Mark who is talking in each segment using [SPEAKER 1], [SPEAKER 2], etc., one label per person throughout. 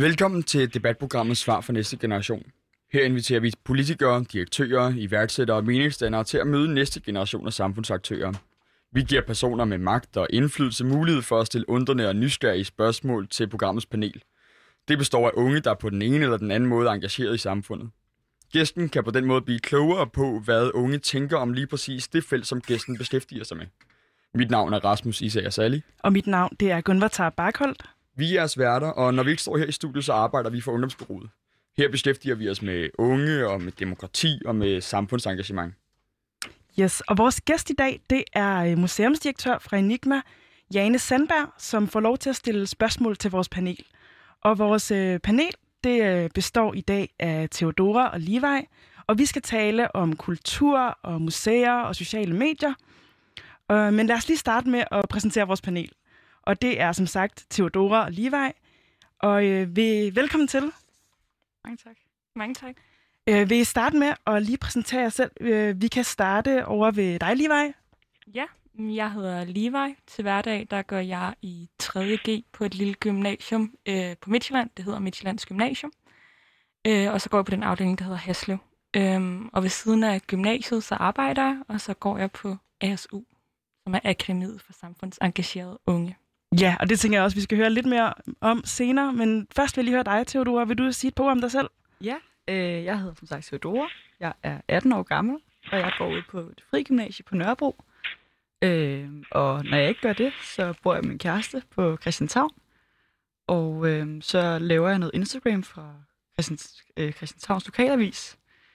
[SPEAKER 1] Velkommen til debatprogrammet Svar for næste generation. Her inviterer vi politikere, direktører, iværksættere og meningsdannere til at møde næste generation af samfundsaktører. Vi giver personer med magt og indflydelse mulighed for at stille undrende og nysgerrige spørgsmål til programmets panel. Det består af unge, der på den ene eller den anden måde er engageret i samfundet. Gæsten kan på den måde blive klogere på, hvad unge tænker om lige præcis det felt, som gæsten beskæftiger sig med. Mit navn er Rasmus Isager Sally.
[SPEAKER 2] Og mit navn, det er Gunvar Barkholt.
[SPEAKER 1] Vi er jeres værter, og når vi ikke står her i studiet, så arbejder vi for Ungdomsbureauet. Her beskæftiger vi os med unge og med demokrati og med samfundsengagement.
[SPEAKER 2] Yes, og vores gæst i dag, det er museumsdirektør fra Enigma, Jane Sandberg, som får lov til at stille spørgsmål til vores panel. Og vores panel, det består i dag af Theodora og Levi, og vi skal tale om kultur og museer og sociale medier. Men lad os lige starte med at præsentere vores panel. Og det er som sagt Theodora og Levi. Og velkommen til.
[SPEAKER 3] Mange tak. Mange tak.
[SPEAKER 2] Vil I starte med at lige præsentere jer selv? Vi kan starte over ved dig, Levi.
[SPEAKER 3] Ja, jeg hedder Levi. Til hverdag, der går jeg i 3.G på et lille gymnasium på Midtjylland. Det hedder Midtjyllands Gymnasium. Og så går jeg på den afdeling, der hedder Haslev. Og ved siden af gymnasiet, så arbejder jeg, og så går jeg på ASU, som er Akademiet for Samfundsengagerede Unge.
[SPEAKER 2] Ja, og det tænker jeg også, vi skal høre lidt mere om senere. Men først vil jeg lige høre dig, Theodora. Vil du sige et par ord om dig selv?
[SPEAKER 4] Ja, jeg hedder som sagt Theodora. Jeg er 18 år gammel, og jeg går ud på det frie gymnasie på Nørrebro. Og når jeg ikke gør det, så bor jeg med min kæreste på Christianshavn. Og så laver jeg noget Instagram fra Christianshavns Lokalavis.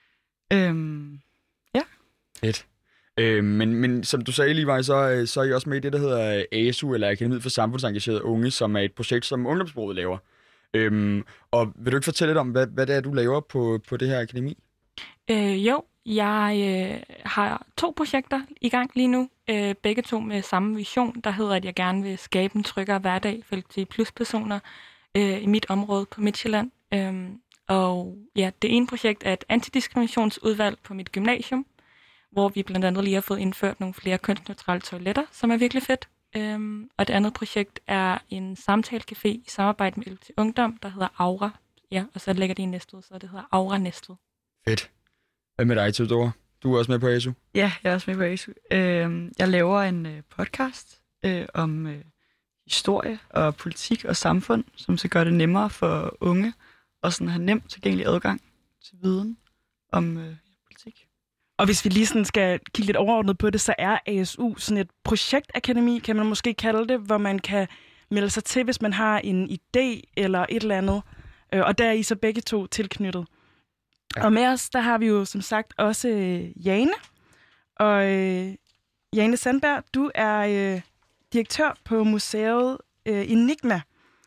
[SPEAKER 4] Ja.
[SPEAKER 1] Fedt. Men som du sagde, Levi, så er I også med i det, der hedder ASU, eller Akademiet for Samfundsengagerede Unge, som er et projekt, som Ungdomsbureauet laver. Og vil du ikke fortælle lidt om, hvad det er, du laver på det her akademi?
[SPEAKER 3] Jo, jeg har 2 projekter i gang lige nu. Begge 2 med samme vision, der hedder, at jeg gerne vil skabe en tryggere hverdag for LGBTQ+-personer i mit område på Midtjylland. Og ja, det ene projekt er et antidiskriminationsudvalg på mit gymnasium, hvor vi blandt andet lige har fået indført nogle flere kønsneutrale toiletter, som er virkelig fedt. Og det andet projekt er en samtalecafé i samarbejde med LGBT Ungdom, der hedder Aura. Ja, og så lægger det i Næstved, så det hedder Aura Næstved.
[SPEAKER 1] Fedt. Hvad med dig, Theodora? Du er også med på ASU?
[SPEAKER 4] Ja, jeg er også med på ASU. Jeg laver en podcast om historie og politik og samfund, som skal gøre det nemmere for unge og sådan have nemt tilgængelig adgang til viden om politik.
[SPEAKER 2] Og hvis vi lige sådan skal kigge lidt overordnet på det, så er ASU sådan et projektakademi, kan man måske kalde det, hvor man kan melde sig til, hvis man har en idé eller et eller andet. Og der er I så begge 2 tilknyttet. Ja. Og med os, der har vi jo som sagt også Jane. Og Jane Sandberg, du er direktør på museet Enigma.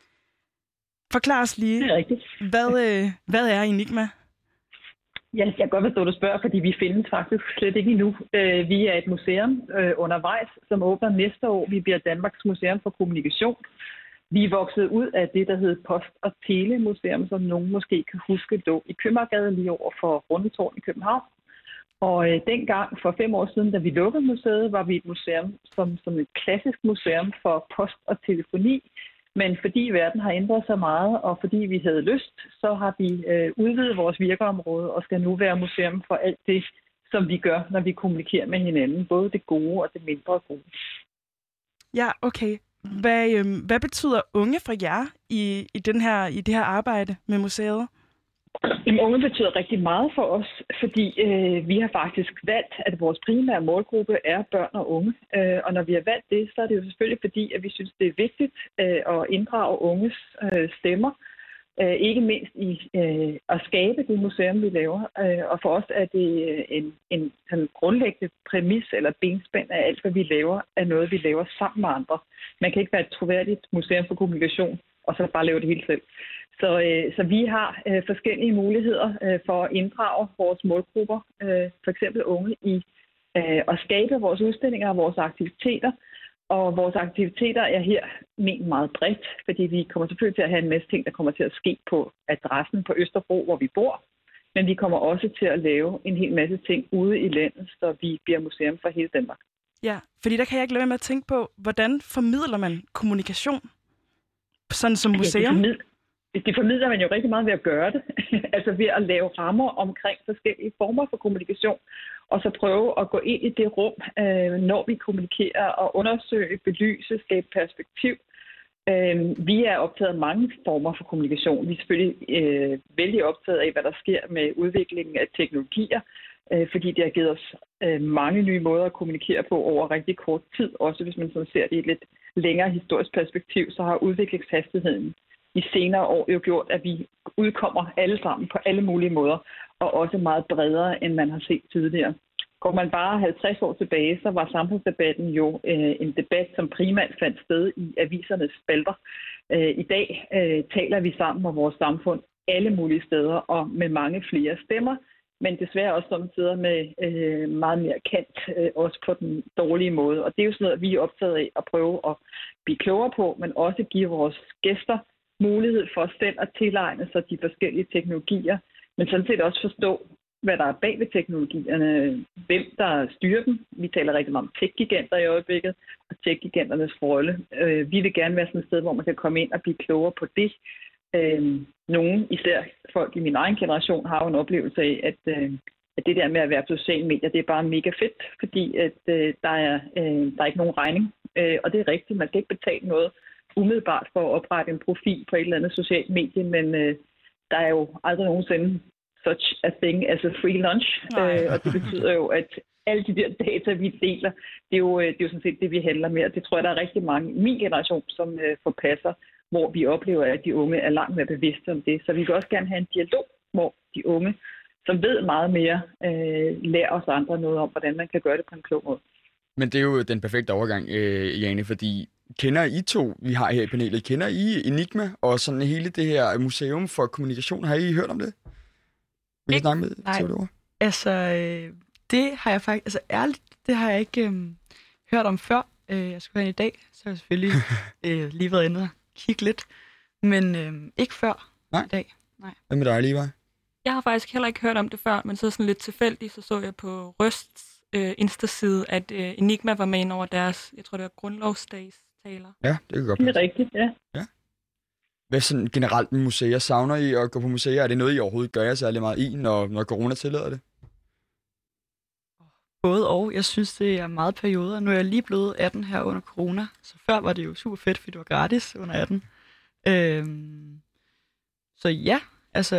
[SPEAKER 2] Forklar os lige,
[SPEAKER 5] det er rigtigt.
[SPEAKER 2] Hvad er Enigma?
[SPEAKER 5] Ja, jeg kan godt forstå, at du spørger, fordi vi findes faktisk slet ikke endnu. Vi er et museum undervejs, som åbner næste år. Vi bliver Danmarks Museum for Kommunikation. Vi er vokset ud af det, der hedder Post- og Telemuseum, som nogen måske kan huske, lå i Købmagergade lige over for Rundetårn i København. Og dengang, for 5 år siden, da vi lukkede museet, var vi et museum som et klassisk museum for post og telefoni. Men fordi verden har ændret sig meget, og fordi vi havde lyst, så har vi udvidet vores virkeområde og skal nu være museum for alt det, som vi gør, når vi kommunikerer med hinanden. Både det gode og det mindre gode.
[SPEAKER 2] Ja, okay. Hvad betyder unge for jer i det her arbejde med museet?
[SPEAKER 5] Unge betyder rigtig meget for os, fordi vi har faktisk valgt, at vores primære målgruppe er børn og unge. Og når vi har valgt det, så er det jo selvfølgelig fordi, at vi synes, det er vigtigt at inddrage unges stemmer. Ikke mindst i at skabe det museum, vi laver. Og for os er det en sådan grundlæggende præmis eller benspænd af alt, hvad vi laver, er noget, vi laver sammen med andre. Man kan ikke være et troværdigt museum for kommunikation, og så bare lave det hele selv. Så vi har forskellige muligheder for at inddrage vores målgrupper, for eksempel unge, i at skabe vores udstillinger og vores aktiviteter. Og vores aktiviteter er her ment meget bredt, fordi vi kommer selvfølgelig til at have en masse ting, der kommer til at ske på adressen på Østerbro, hvor vi bor. Men vi kommer også til at lave en hel masse ting ude i landet, så vi bliver museum for hele Danmark.
[SPEAKER 2] Ja, fordi der kan jeg ikke lade være med at tænke på, hvordan formidler man kommunikation sådan som museum?
[SPEAKER 5] det formidler man jo rigtig meget ved at gøre det. Altså ved at lave rammer omkring forskellige former for kommunikation, og så prøve at gå ind i det rum, når vi kommunikerer, og undersøge, belyse, skabe perspektiv. Vi er optaget af mange former for kommunikation. Vi er selvfølgelig vældig optaget af, hvad der sker med udviklingen af teknologier, fordi det har givet os mange nye måder at kommunikere på over rigtig kort tid. Også hvis man sådan ser det i et lidt længere historisk perspektiv, så har udviklingshastigheden i senere år jo gjort, at vi udkommer alle sammen på alle mulige måder, og også meget bredere, end man har set tidligere. Går man bare 50 år tilbage, så var samfundsdebatten jo en debat, som primært fandt sted i avisernes spalter. I dag taler vi sammen om vores samfund alle mulige steder og med mange flere stemmer, men desværre også samtidig med meget mere kendt, også på den dårlige måde. Og det er jo sådan noget, vi er optaget af at prøve at blive klogere på, men også give vores gæster mulighed for selv at tilegne sig de forskellige teknologier, men sådan set også forstå, hvad der er bag ved teknologierne, hvem der styrer dem. Vi taler rigtig meget om tech-giganter i øjeblikket, og tech-giganternes rolle. Vi vil gerne være sådan et sted, hvor man kan komme ind og blive klogere på det. Nogle, især folk i min egen generation, har jo en oplevelse af, at det der med at være på sociale medier, det er bare mega fedt, fordi at, der er ikke nogen regning. Og det er rigtigt, man skal ikke betale noget umiddelbart for at oprette en profil på et eller andet socialt medie, men der er jo aldrig nogensinde such a thing as a free lunch. Og det betyder jo, at alle de der data, vi deler, det er jo sådan set det, vi handler med. Og det tror jeg, der er rigtig mange i min generation, som forpasser, hvor vi oplever, at de unge er langt mere bevidste om det. Så vi vil også gerne have en dialog, hvor de unge, som ved meget mere, lærer os andre noget om, hvordan man kan gøre det på en klog måde.
[SPEAKER 1] Men det er jo den perfekte overgang, Jane, fordi kender I to, vi har her i panelet, kender I Enigma og sådan hele det her museum for kommunikation? Har I hørt om det? Vil I snakke med Theodora?
[SPEAKER 4] Altså, det har jeg faktisk, altså ærligt, det har jeg ikke hørt om før. Jeg skulle have i dag, så har jeg selvfølgelig lige været inde og kigge lidt, men ikke før i dag. Nej.
[SPEAKER 1] Hvad med dig, Levi?
[SPEAKER 3] Jeg har faktisk heller ikke hørt om det før, men så sådan lidt tilfældigt, så jeg på Røsts Insta-side, at Enigma var med ind over deres, jeg tror det var grundlovsdagstaler.
[SPEAKER 1] Ja, det kan godt
[SPEAKER 5] passe. Det er rigtigt, ja.
[SPEAKER 1] Hvad sådan generelt med museer? Savner I at gå på museer? Er det noget, I overhovedet gør jer særlig meget i, når corona tillader det?
[SPEAKER 4] Både og. Jeg synes, det er meget perioder. Nu er jeg lige blevet 18 her under corona, så før var det jo super fedt, fordi det var gratis under 18. Så ja, altså,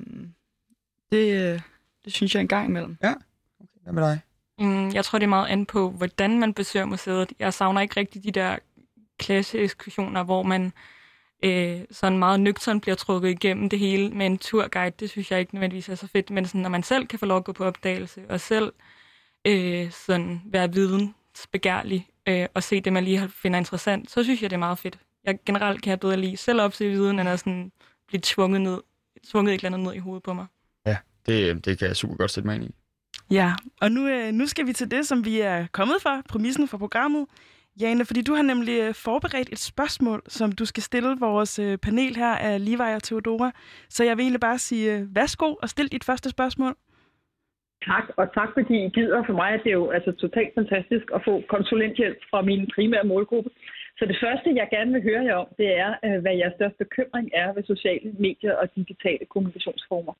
[SPEAKER 4] det synes jeg en gang imellem.
[SPEAKER 1] Ja, okay. Hvad med dig?
[SPEAKER 3] Jeg tror, det er meget an på, hvordan man besøger museet. Jeg savner ikke rigtig de der klasseekskursioner, hvor man sådan meget nøgtern bliver trukket igennem det hele med en turguide. Det synes jeg ikke nødvendigvis er så fedt, men sådan, når man selv kan få lov at gå på opdagelse, og selv sådan være vidensbegærlig, og se det, man lige finder interessant, så synes jeg, det er meget fedt. Jeg generelt kan jeg bedre lige selv opse viden, end at sådan blive tvunget et eller andet ned i hovedet på mig.
[SPEAKER 1] Ja, det kan jeg super godt sætte mig ind i.
[SPEAKER 2] Ja, og nu skal vi til det, som vi er kommet for, præmissen for programmet. Jane, fordi du har nemlig forberedt et spørgsmål, som du skal stille vores panel her af Levi og Theodora. Så jeg vil egentlig bare sige, værsgo og stil dit første spørgsmål.
[SPEAKER 5] Tak, og tak fordi I gider. For mig er det jo altså totalt fantastisk at få konsulenthjælp fra min primære målgruppe. Så det første, jeg gerne vil høre jer om, det er, hvad jeres største bekymring er ved sociale medier og digitale kommunikationsformer.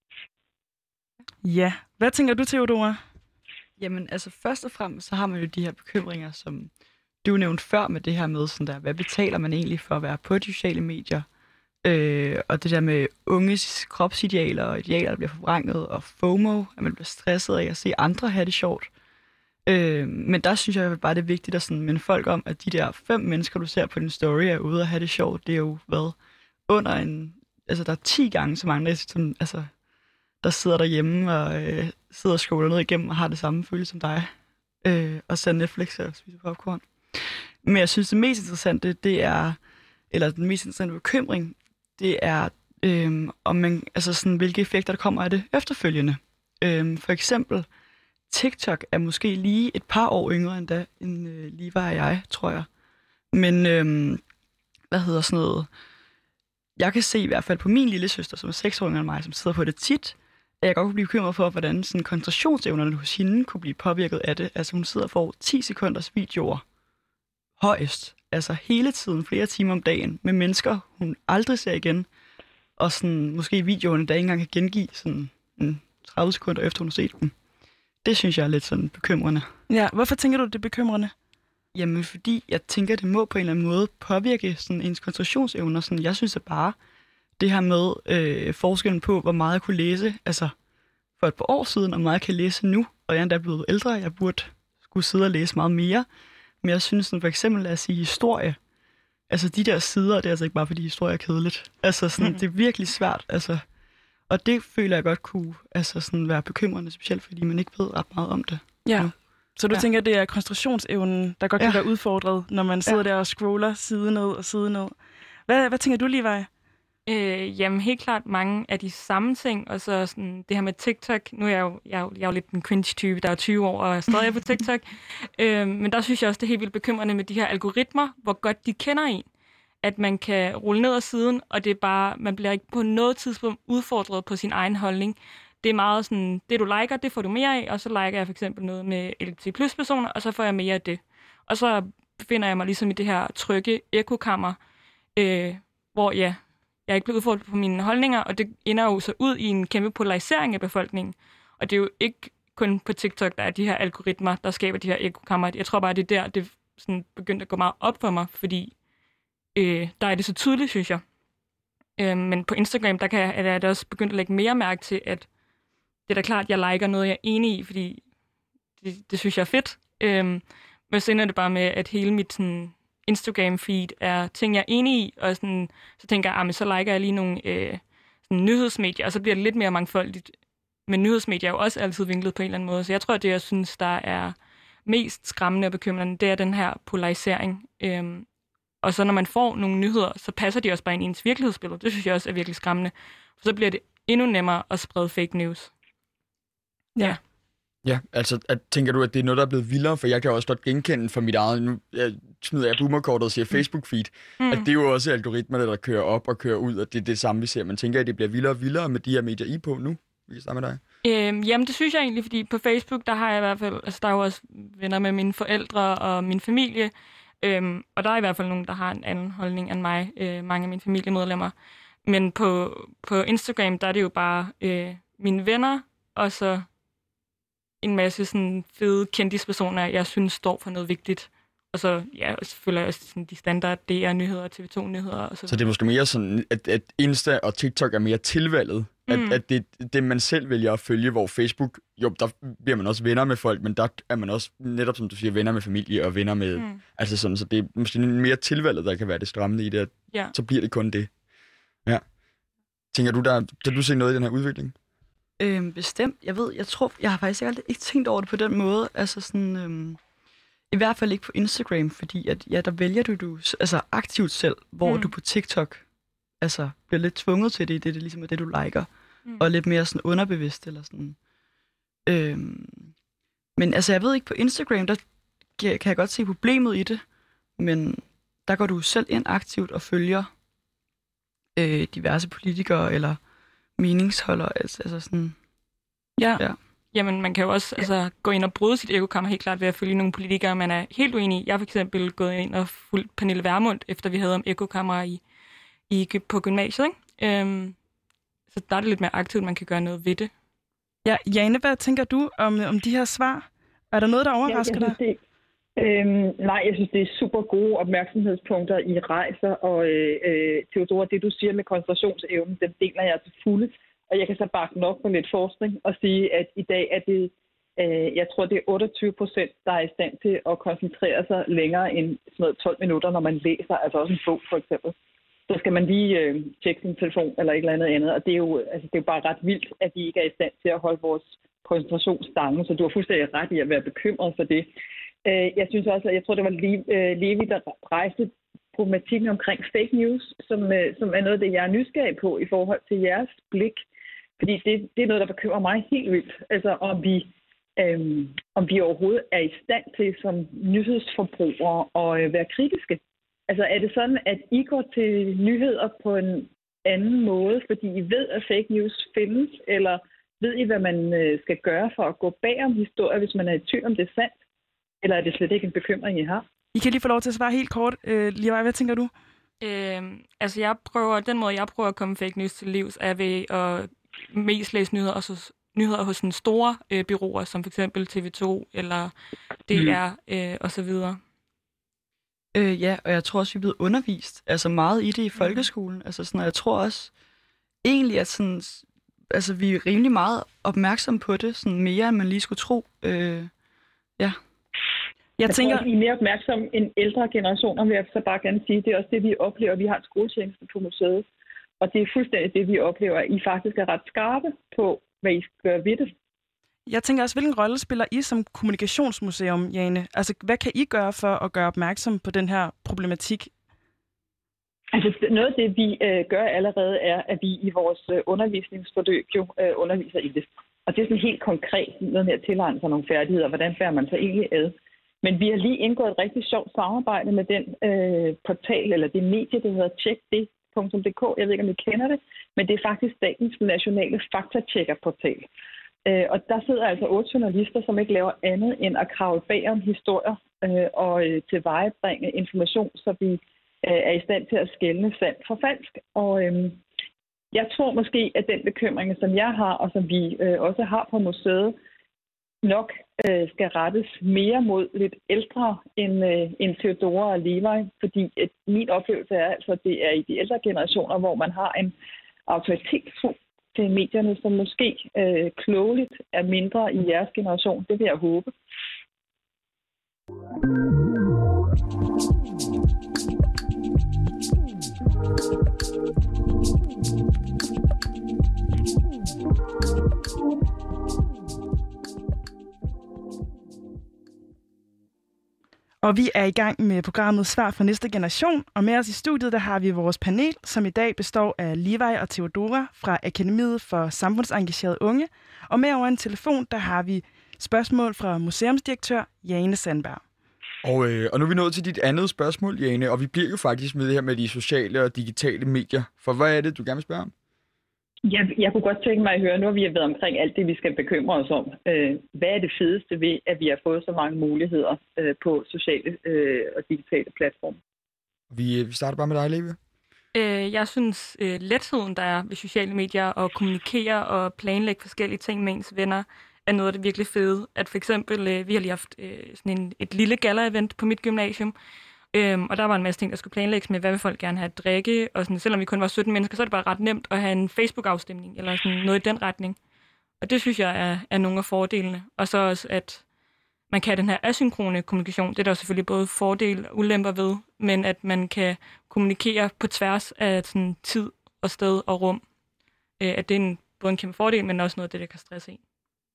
[SPEAKER 2] Ja, hvad tænker du, Theodora?
[SPEAKER 4] Jamen, altså først og fremmest, så har man jo de her bekymringer, som du nævnte før med det her med, sådan der, hvad betaler man egentlig for at være på de sociale medier? Og det der med unges kropsidealer og idealer, der bliver forvrænget, og FOMO, at man bliver stresset af at se andre have det sjovt. Men der synes jeg bare, det er vigtigt at sådan minde folk om, at de der 5 mennesker, du ser på din story, er ude og have det sjovt. Det er jo under altså der er 10 gange så mange, der sidder derhjemme og sidder og scroller ned igennem og har det samme følelse som dig. Og ser Netflix og spiser popcorn. Men jeg synes, det mest interessante, den mest interessante bekymring, det er, om man, altså sådan, hvilke effekter der kommer af det efterfølgende. For eksempel, TikTok er måske lige et par år yngre end Levi og jeg, tror jeg. Men, jeg kan se i hvert fald på min lille søster, som er 6 år yngre end mig, som sidder på det tit, at jeg godt kunne blive bekymret for, hvordan sådan koncentrationsevnerne hos hende kunne blive påvirket af det. Altså hun sidder for 10 sekunders videoer højst, altså hele tiden, flere timer om dagen, med mennesker, hun aldrig ser igen. og sådan, måske videoerne, der ikke engang kan gengive sådan 30 sekunder efter, hun har set dem. Det synes jeg er lidt sådan bekymrende.
[SPEAKER 2] Ja, hvorfor tænker du, det er bekymrende?
[SPEAKER 4] Jamen, fordi jeg tænker, det må på en eller anden måde påvirke sådan ens koncentrationsevner. Sådan, jeg synes at bare, det her med forskellen på, hvor meget jeg kunne læse, altså for et par år siden, og hvor meget jeg kan læse nu, og jeg er endda blevet ældre, jeg burde skulle sidde og læse meget mere. Men jeg synes sådan, for eksempel, lad os sige historie, altså de der sider, det er altså ikke bare, fordi historie er kedeligt. Altså sådan, det er virkelig svært, altså. Og det føler jeg godt kunne altså sådan være bekymrende, specielt fordi man ikke ved ret meget om det.
[SPEAKER 2] Ja. Så du tænker, det er koncentrationsevnen, der godt kan være udfordret, når man sidder der og scroller side ned og side ned. Hvad tænker du, Levi?
[SPEAKER 3] Jamen helt klart mange af de samme ting, og så sådan det her med TikTok. Nu er jeg er jo lidt en cringe-type, der er 20 år og er stadig på TikTok. Men der synes jeg også, det er helt vildt bekymrende med de her algoritmer, hvor godt de kender en. At man kan rulle ned ad siden, og det er bare, man bliver ikke på noget tidspunkt udfordret på sin egen holdning. Det er meget sådan, det du liker, det får du mere af, og så liker jeg for eksempel noget med LGBT+-personer, og så får jeg mere af det. Og så befinder jeg mig ligesom i det her trygge ekokammer, hvor jeg er ikke blevet udfordret på mine holdninger, og det ender jo så ud i en kæmpe polarisering af befolkningen. Og det er jo ikke kun på TikTok, der er de her algoritmer, der skaber de her ekokammer. Jeg tror bare, det er der, det sådan begyndte at gå meget op for mig, fordi der er det så tydeligt, synes jeg. Men på Instagram, der er jeg også begyndt at lægge mere mærke til, at det er da klart, at jeg liker noget, jeg er enig i, fordi det synes jeg er fedt. Men så ender det bare med, at hele mit sådan, Instagram-feed er ting, jeg er enig i, og sådan, så tænker jeg, så liker jeg lige nogle sådan, nyhedsmedier, og så bliver det lidt mere mangfoldigt. Men nyhedsmedier er jo også altid vinklet på en eller anden måde, så jeg tror, at det, jeg synes, der er mest skræmmende og bekymrende, det er den her polarisering. Og så når man får nogle nyheder, så passer de også bare ind i ens virkelighedsbillede. Det synes jeg også er virkelig skræmmende. For så bliver det endnu nemmere at sprede fake news. Ja.
[SPEAKER 1] Ja, altså tænker du, at det er noget, der er blevet vildere? For jeg kan også godt genkende for mit eget, nu smider jeg boomerkortet og siger Facebook-feed, at det er jo også algoritmer, der kører op og kører ud, og det er det samme, vi ser. Men tænker, at det bliver vildere og vildere med de her medier, I er på nu? Vi kan starte med dig.
[SPEAKER 3] Jamen, det synes jeg egentlig, fordi på Facebook, der har jeg i hvert fald, altså der er jo også venner med mine forældre og min familie, og der er i hvert fald nogen, der har en anden holdning end mig, mange af mine familiemedlemmer. Men på Instagram, der er det jo bare mine venner, og så en masse sådan fede kendispersoner, jeg synes står for noget vigtigt. Og så følger jeg også sådan de standard DR-nyheder, TV2-nyheder og så.
[SPEAKER 1] Så det er måske mere sådan, at Insta og TikTok er mere tilvalget. At det er det, man selv vælger at følge, hvor Facebook, jo, der bliver man også venner med folk, men der er man også, netop som du siger, venner med familie og venner med, altså sådan, så det er måske mere tilvalget, der kan være det strammende i det, så bliver det kun det. Ja. Tænker du, kan du se noget i den her udvikling?
[SPEAKER 4] Bestemt. Jeg har faktisk ikke tænkt over det på den måde, altså sådan, i hvert fald ikke på Instagram, fordi at, der vælger du altså aktivt selv, hvor du på TikTok altså bliver lidt tvunget til det, det ligesom er det, du liker, og lidt mere sådan underbevidst, eller sådan. Men altså, jeg ved ikke, på Instagram, der kan jeg godt se problemet i det, men der går du selv ind aktivt og følger diverse politikere, eller meningsholdere, altså sådan.
[SPEAKER 3] Ja. Jamen, man kan jo også gå ind og bryde sit ekokammer helt klart ved at følge nogle politikere, man er helt uenig i. Jeg har for eksempel gået ind og fulgt Pernille Vermund, efter vi havde om ekokammer på gymnasiet, ikke? Så der er det lidt mere aktivt, man kan gøre noget ved det.
[SPEAKER 2] Ja, Jane, hvad tænker du om de her svar? Er der noget, der overrasker dig?
[SPEAKER 5] Nej, jeg synes, det er super gode opmærksomhedspunkter, I rejser, og Theodora, det du siger med koncentrationsevnen, den deler jeg til fulde. Og jeg kan så bakke den op på lidt forskning og sige, at i dag er det, jeg tror, det er 28%, der er i stand til at koncentrere sig længere end sådan noget 12 minutter, når man læser, altså også en bog for eksempel. Så skal man lige tjekke sin telefon eller et eller andet. Og det er jo bare ret vildt, at vi ikke er i stand til at holde vores koncentrationsstange, så du har fuldstændig ret i at være bekymret for det. Jeg synes også, at jeg tror, det var Levi, der rejste problematikken omkring fake news, som er noget af det, jeg er nysgerrig på i forhold til jeres blik. Fordi det er noget, der bekymrer mig helt vildt. Altså om vi overhovedet er i stand til som nyhedsforbrugere at være kritiske. Altså er det sådan, at I går til nyheder på en anden måde, fordi I ved, at fake news findes, eller ved I, hvad man skal gøre for at gå bag om historier, hvis man er i tvivl om det er sandt? Eller er det slet ikke en bekymring, I har?
[SPEAKER 2] I kan lige få lov til at svare helt kort. Levi, hvad tænker du?
[SPEAKER 3] Den måde, jeg prøver at komme fake news til livs, er ved at mest læse nyheder hos sådan store bureauer, som for eksempel TV2 eller DR og så videre.
[SPEAKER 4] Ja, og jeg tror også, vi er blevet undervist altså meget i det i folkeskolen. Altså sådan, og jeg tror også egentlig, at sådan, altså, vi er rimelig meget opmærksomme på det, sådan mere end man lige skulle tro. Ja.
[SPEAKER 5] Jeg tænker, at I er mere opmærksomme end ældre generationer, vil jeg så bare gerne sige. Det er også det, vi oplever. Vi har en skoletjeneste på museet, og det er fuldstændig det, vi oplever, at I faktisk er ret skarpe på, hvad I skal gøre ved det.
[SPEAKER 2] Jeg tænker også, hvilken rolle spiller I som kommunikationsmuseum, Jane? Altså, hvad kan I gøre for at gøre opmærksom på den her problematik?
[SPEAKER 5] Altså, noget af det, vi gør allerede, er, at vi i vores undervisningsforløb jo underviser i det. Og det er sådan helt konkret noget med at tilegne sig nogle færdigheder. Hvordan bærer man sig egentlig ad? Men vi har lige indgået et rigtig sjovt samarbejde med den portal, eller det medie, der hedder tjekdet.dk. Jeg ved ikke, om I kender det, men det er faktisk statens nationale faktatjekkerportal. Og der sidder altså 8 journalister, som ikke laver andet end at kravle bag om historier og tilvejebringe information, så vi er i stand til at skelne sandt fra falsk. Og jeg tror måske, at den bekymring, som jeg har, og som vi også har på museet, nok skal rettes mere mod lidt ældre end Theodora og Levi, fordi min oplevelse er altså, at det er i de ældre generationer, hvor man har en autoritetstro til medierne, som måske klogeligt er mindre i jeres generation. Det vil jeg håbe.
[SPEAKER 2] Og vi er i gang med programmet Svar fra næste generation, og med os i studiet, der har vi vores panel, som i dag består af Levi og Theodora fra Akademiet for Samfundsengagerede Unge. Og med over en telefon, der har vi spørgsmål fra museumsdirektør Jane Sandberg.
[SPEAKER 1] Og nu er vi nået til dit andet spørgsmål, Jane, og vi bliver jo faktisk med det her med de sociale og digitale medier. For hvad er det, du gerne vil spørge om?
[SPEAKER 5] Jeg kunne godt tænke mig at høre, nu har vi været omkring alt det, vi skal bekymre os om. Hvad er det fedeste ved, at vi har fået så mange muligheder på sociale og digitale platforme?
[SPEAKER 1] Vi starter bare med dig, Levi.
[SPEAKER 3] Jeg synes, letheden, der er ved sociale medier, at kommunikere og planlægge forskellige ting med ens venner, er noget af det virkelig fede. At for eksempel, vi har lige haft sådan et lille gala-event på mit gymnasium, og der var en masse ting, der skulle planlægges med, hvad vil folk gerne have at drikke, og sådan, selvom vi kun var 17 mennesker, så er det bare ret nemt at have en Facebook-afstemning, eller sådan noget i den retning. Og det synes jeg er nogle af fordelene. Og så også, at man kan have den her asynkrone kommunikation. Det er der selvfølgelig både fordele og ulemper ved, men at man kan kommunikere på tværs af sådan, tid og sted og rum. At det er både en kæmpe fordel, men også noget af det, der kan stresse en.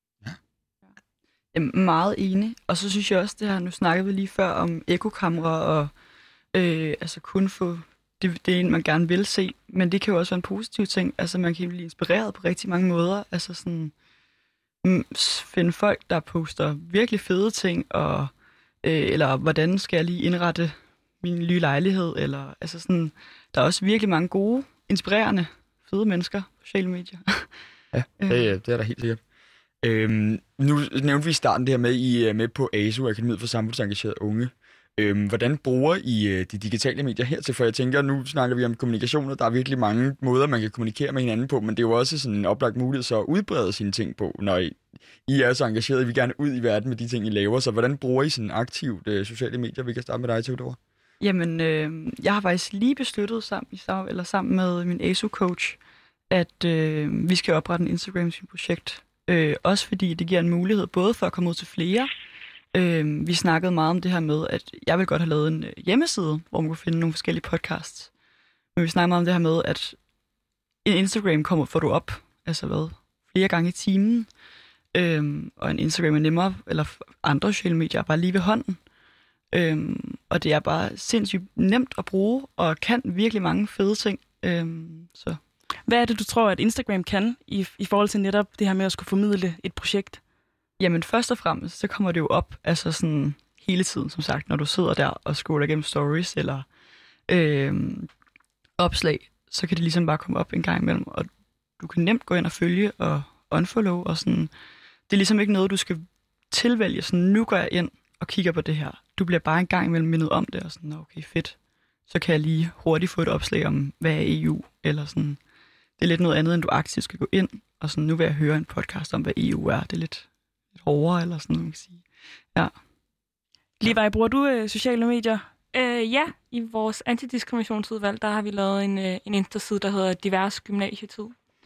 [SPEAKER 4] Jeg er meget enig. Og så synes jeg også, det her, nu snakkede vi lige før om ekokamera og altså kun få det en, man gerne vil se. Men det kan jo også være en positiv ting. Altså man kan blive inspireret på rigtig mange måder. Altså sådan finde folk, der poster virkelig fede ting, og eller hvordan skal jeg lige indrette min nye lejlighed, eller altså sådan, der er også virkelig mange gode, inspirerende, fede mennesker på sociale medier.
[SPEAKER 1] Ja, det er der helt sikkert. Nu nævnte vi i starten det her med, I er med på ASU, Akademiet for Samfundsengagerede Unge. Hvordan bruger I de digitale medier hertil? For jeg tænker, nu snakker vi om kommunikation, og der er virkelig mange måder, man kan kommunikere med hinanden på, men det er jo også sådan en oplagt mulighed så at udbrede sine ting på, når I er så engagerede. I vil gerne ud i verden med de ting, I laver. Så hvordan bruger I sådan aktivt sociale medier? Vi kan starte med dig, Theodora.
[SPEAKER 4] Jamen, jeg har faktisk lige besluttet sammen med min ASU-coach, at vi skal oprette en Instagram-projekt. Også fordi det giver en mulighed både for at komme ud til flere. Vi snakkede meget om det her med, at jeg vil godt have lavet en hjemmeside, hvor man kunne finde nogle forskellige podcasts. Men vi snakkede meget om det her med, at en Instagram får du op, altså flere gange i timen. Og en Instagram er nemmere, eller andre sociale medier er bare lige ved hånden. Og det er bare sindssygt nemt at bruge, og kan virkelig mange fede ting. Så.
[SPEAKER 2] Hvad er det, du tror, at Instagram kan i forhold til netop det her med at skulle formidle et projekt?
[SPEAKER 4] Jamen først og fremmest, så kommer det jo op, altså sådan hele tiden, som sagt, når du sidder der og scroller gennem stories eller opslag, så kan det ligesom bare komme op en gang imellem, og du kan nemt gå ind og følge og unfollow, og sådan. Det er ligesom ikke noget, du skal tilvælge, sådan nu går jeg ind og kigger på det her. Du bliver bare en gang imellem mindet om det, og sådan, okay, fedt. så kan jeg lige hurtigt få et opslag om, hvad er EU, eller sådan. Det er lidt noget andet, end du aktivt skal gå ind, og sådan, nu vil jeg høre en podcast om, hvad EU er. Det er lidt hårdere, eller sådan noget, man kan sige. Ja.
[SPEAKER 2] Levi, bruger du sociale medier?
[SPEAKER 3] Ja, i vores antidiskriminationsudvalg, der har vi lavet en Insta-side, der hedder Divers Gymnasietid.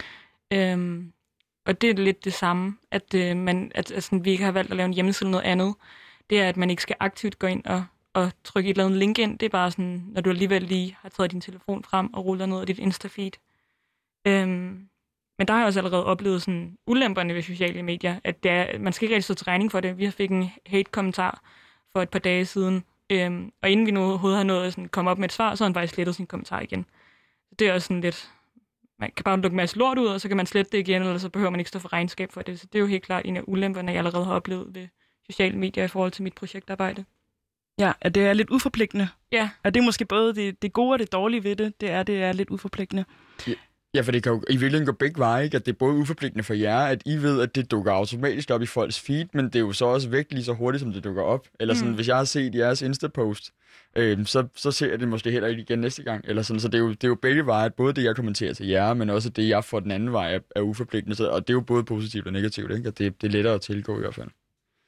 [SPEAKER 3] Og det er lidt det samme, at vi ikke har valgt at lave en hjemmeside eller noget andet. Det er, at man ikke skal aktivt gå ind og trykke et eller andet link ind. Det er bare sådan, når du alligevel lige har taget din telefon frem og ruller ned af dit Insta-feed. Men der har jeg også allerede oplevet sådan ulemperne ved sociale medier, at man skal ikke rigtig stå til regning for det. Vi har fik en hate-kommentar for et par dage siden, og inden vi nu overhovedet har nået at komme op med et svar, så har han faktisk slettet sin kommentar igen. Det er også sådan lidt, man kan bare lukke en masse lort ud, og så kan man slette det igen, eller så behøver man ikke stå for regnskab for det. Så det er jo helt klart en af ulemperne, jeg allerede har oplevet ved sociale medier i forhold til mit projektarbejde.
[SPEAKER 2] Ja, at det er lidt uforpligtende.
[SPEAKER 3] Ja.
[SPEAKER 2] Og det er måske både det gode og det dårlige ved det, det er lidt uforpligtende.
[SPEAKER 1] Ja, for det kan jo i virkeligheden gå begge veje, ikke? At det er både uforpligtende for jer, at I ved, at det dukker automatisk op i folks feed, men det er jo så også væk lige så hurtigt, som det dukker op. Eller sådan, hvis jeg har set jeres Insta-post, så ser jeg det måske heller ikke igen næste gang. Eller sådan, så det er jo begge veje, at både det, jeg kommenterer til jer, men også det, jeg får den anden vej, er uforpligtende. Og det er jo både positivt og negativt, ikke? At det er lettere at tilgå i hvert fald.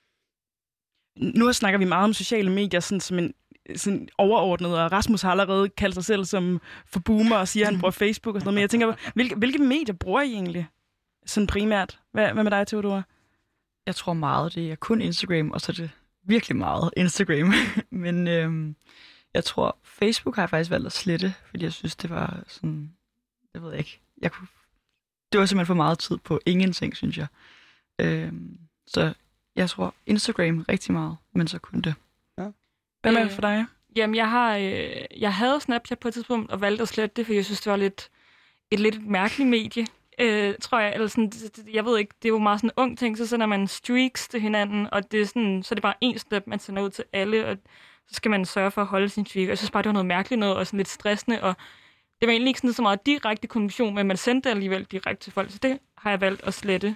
[SPEAKER 2] Nu snakker vi meget om sociale medier sådan som en sådan overordnet, og Rasmus har allerede kaldt sig selv som for boomer og siger, at han bruger Facebook og sådan noget. Men jeg tænker, hvilke medier bruger I egentlig sådan primært? Hvad med dig, Theodora?
[SPEAKER 4] Jeg tror meget, det er kun Instagram, og så er det virkelig meget Instagram. Men jeg tror, Facebook har jeg faktisk valgt at slette, fordi jeg synes, det var sådan, det ved jeg ikke. Det var simpelthen for meget tid på ingenting, synes jeg. Så jeg tror Instagram rigtig meget, men så kun det.
[SPEAKER 2] Hvad med for dig?
[SPEAKER 3] Jamen, jeg havde Snapchat på et tidspunkt, og valgte at slette det, for jeg synes, det var et lidt mærkeligt medie, tror jeg. Eller sådan, jeg ved ikke, det er jo meget sådan en ung ting, så sender man streaks til hinanden, og det er sådan, så er det bare en step, man sender ud til alle, og så skal man sørge for at holde sin streak. Jeg synes bare, det var noget mærkeligt noget, og sådan lidt stressende, og det var egentlig ikke sådan så meget direkte kommunikation, men man sendte det alligevel direkte til folk, så det har jeg valgt at slette.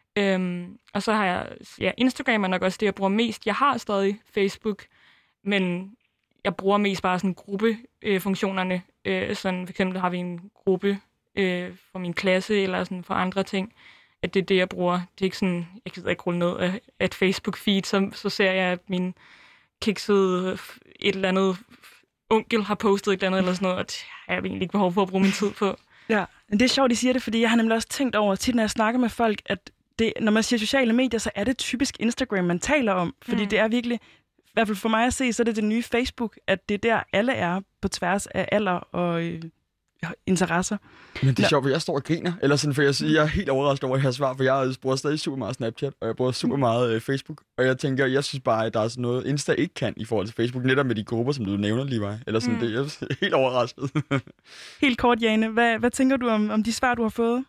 [SPEAKER 3] Og så har jeg Instagram er nok også det, jeg bruger mest. Jeg har stadig Facebook, men jeg bruger mest bare sådan gruppefunktionerne. Sådan for eksempel har vi en gruppe for min klasse, eller sådan for andre ting. At det er det, jeg bruger. Det er ikke sådan, jeg kan ikke rulle ned af et Facebook-feed, så ser jeg, at min kiksede et eller andet onkel har postet et eller andet, eller sådan noget, og det har jeg egentlig ikke behov for at bruge min tid på.
[SPEAKER 2] Ja, det er sjovt, I siger det, fordi jeg har nemlig også tænkt over, tit når jeg snakker med folk, at når man siger sociale medier, så er det typisk Instagram, man taler om. Fordi det er virkelig, i hvert fald for mig at se, så er det nye Facebook, at det er der, alle er på tværs af alder og interesser.
[SPEAKER 1] Men det er sjovt, for jeg står og griner. Eller sådan, for jeg er helt overrasket over det her svar, for jeg bruger stadig super meget Snapchat, og jeg bruger super meget Facebook. Og jeg synes bare, at der er sådan noget, Insta ikke kan i forhold til Facebook, netop med de grupper, som du nævner, Levi. Eller sådan, det er helt overrasket.
[SPEAKER 2] Helt kort, Jane. Hvad tænker du om de svar, du har fået?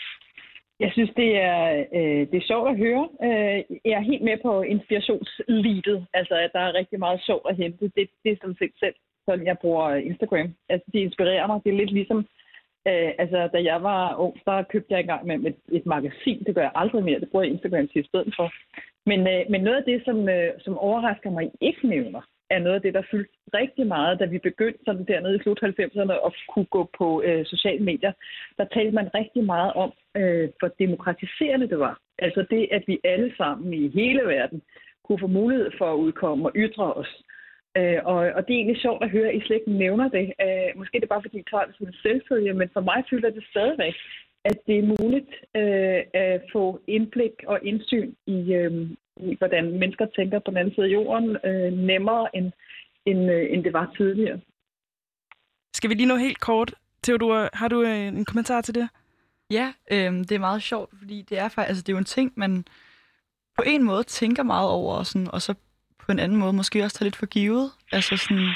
[SPEAKER 5] Jeg synes, det er sjovt at høre. Jeg er helt med på inspirationslivet. Altså, at der er rigtig meget sjovt at hente. Det er sådan set selv, sådan jeg bruger Instagram. Altså, det inspirerer mig. Det er lidt ligesom, da jeg var ung, så købte jeg engang med et magasin. Det gør jeg aldrig mere. Det bruger jeg Instagram til i stedet for. Men noget af det, som overrasker mig, I ikke nævner, er noget af det, der fyldte rigtig meget, da vi begyndte sådan dernede i slut 90'erne at kunne gå på sociale medier. Der talte man rigtig meget om, hvor demokratiserende det var. Altså det, at vi alle sammen i hele verden kunne få mulighed for at udkomme og ytre os. Og det er egentlig sjovt at høre, at I slet ikke nævner det. Måske det er bare, fordi I tager det som en selvfølge, men for mig fylder det stadigvæk, at det er muligt at få indblik og indsyn i hvordan mennesker tænker på den anden side af jorden, nemmere end det var tidligere.
[SPEAKER 2] Skal vi lige nå helt kort? Theodora, har du en kommentar til det?
[SPEAKER 4] Ja, det er meget sjovt, fordi det er faktisk, altså det er jo en ting, man på en måde tænker meget over, og så på en anden måde måske også tager lidt for givet. Altså sådan,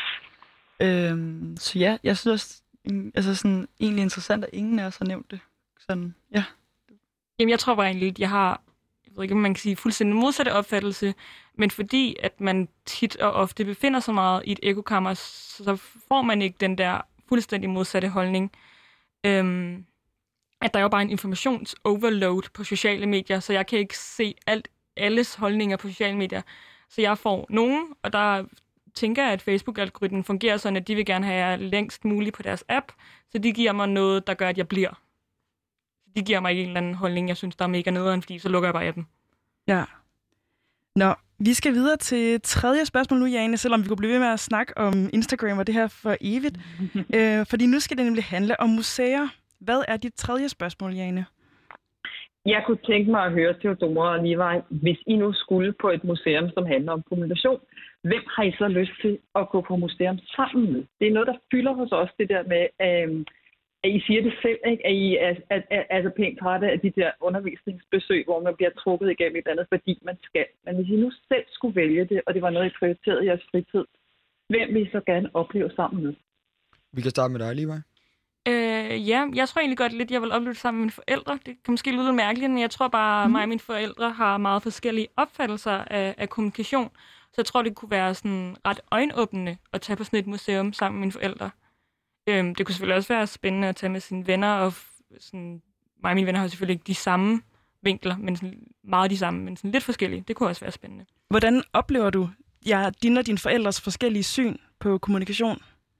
[SPEAKER 4] så ja, jeg synes også, altså sådan egentlig interessant, at ingen af os har nævnt det. Sådan, ja.
[SPEAKER 3] Jamen, jeg tror bare egentlig, jeg har, jeg ved ikke, om man kan sige fuldstændig modsatte opfattelse, men fordi at man tit og ofte befinder sig meget i et ekokammer, så får man ikke den der fuldstændig modsatte holdning. At der er jo bare en informationsoverload på sociale medier, så jeg kan ikke se alles holdninger på sociale medier. Så jeg får nogen, og der tænker, at Facebook-algoritmen fungerer sådan, at de vil gerne have jer længst muligt på deres app, så de giver mig noget, der gør, at jeg bliver. De giver mig ikke en eller anden holdning, jeg synes, der er mega nederen, fordi så lukker jeg bare appen.
[SPEAKER 2] Ja. Nå, vi skal videre til tredje spørgsmål nu, Jane, selvom vi kunne blive ved med at snakke om Instagram og det her for evigt. Fordi nu skal det nemlig handle om museer. Hvad er dit tredje spørgsmål, Jane?
[SPEAKER 5] Jeg kunne tænke mig at høre Theodora og Levi, hvis I nu skulle på et museum, som handler om kommunikation, hvem har I så lyst til at gå på museum sammen med? Det er noget, der fylder hos os, det der med, at I siger det selv, ikke? At I er pænt trætte af de der undervisningsbesøg, hvor man bliver trukket igennem et eller andet, fordi man skal. Men hvis I nu selv skulle vælge det, og det var noget, I prioriterede i jeres fritid, hvem vil I så gerne opleve sammen med?
[SPEAKER 1] Vi kan starte med dig, Levi.
[SPEAKER 3] Ja, jeg tror egentlig godt lidt, jeg vil opleve det sammen med mine forældre. Det kan måske lyde lidt mærkeligt, men jeg tror bare, at mig og mine forældre har meget forskellige opfattelser af kommunikation. Så jeg tror, det kunne være sådan ret øjenåbnende at tage på sådan et museum sammen med mine forældre. Det kunne selvfølgelig også være spændende at tage med sine venner, og sådan, mig og mine venner har selvfølgelig ikke de samme vinkler, men sådan meget de samme, men sådan lidt forskellige. Det kunne også være spændende.
[SPEAKER 2] Hvordan oplever du dine og dine forældres forskellige syn på kommunikation?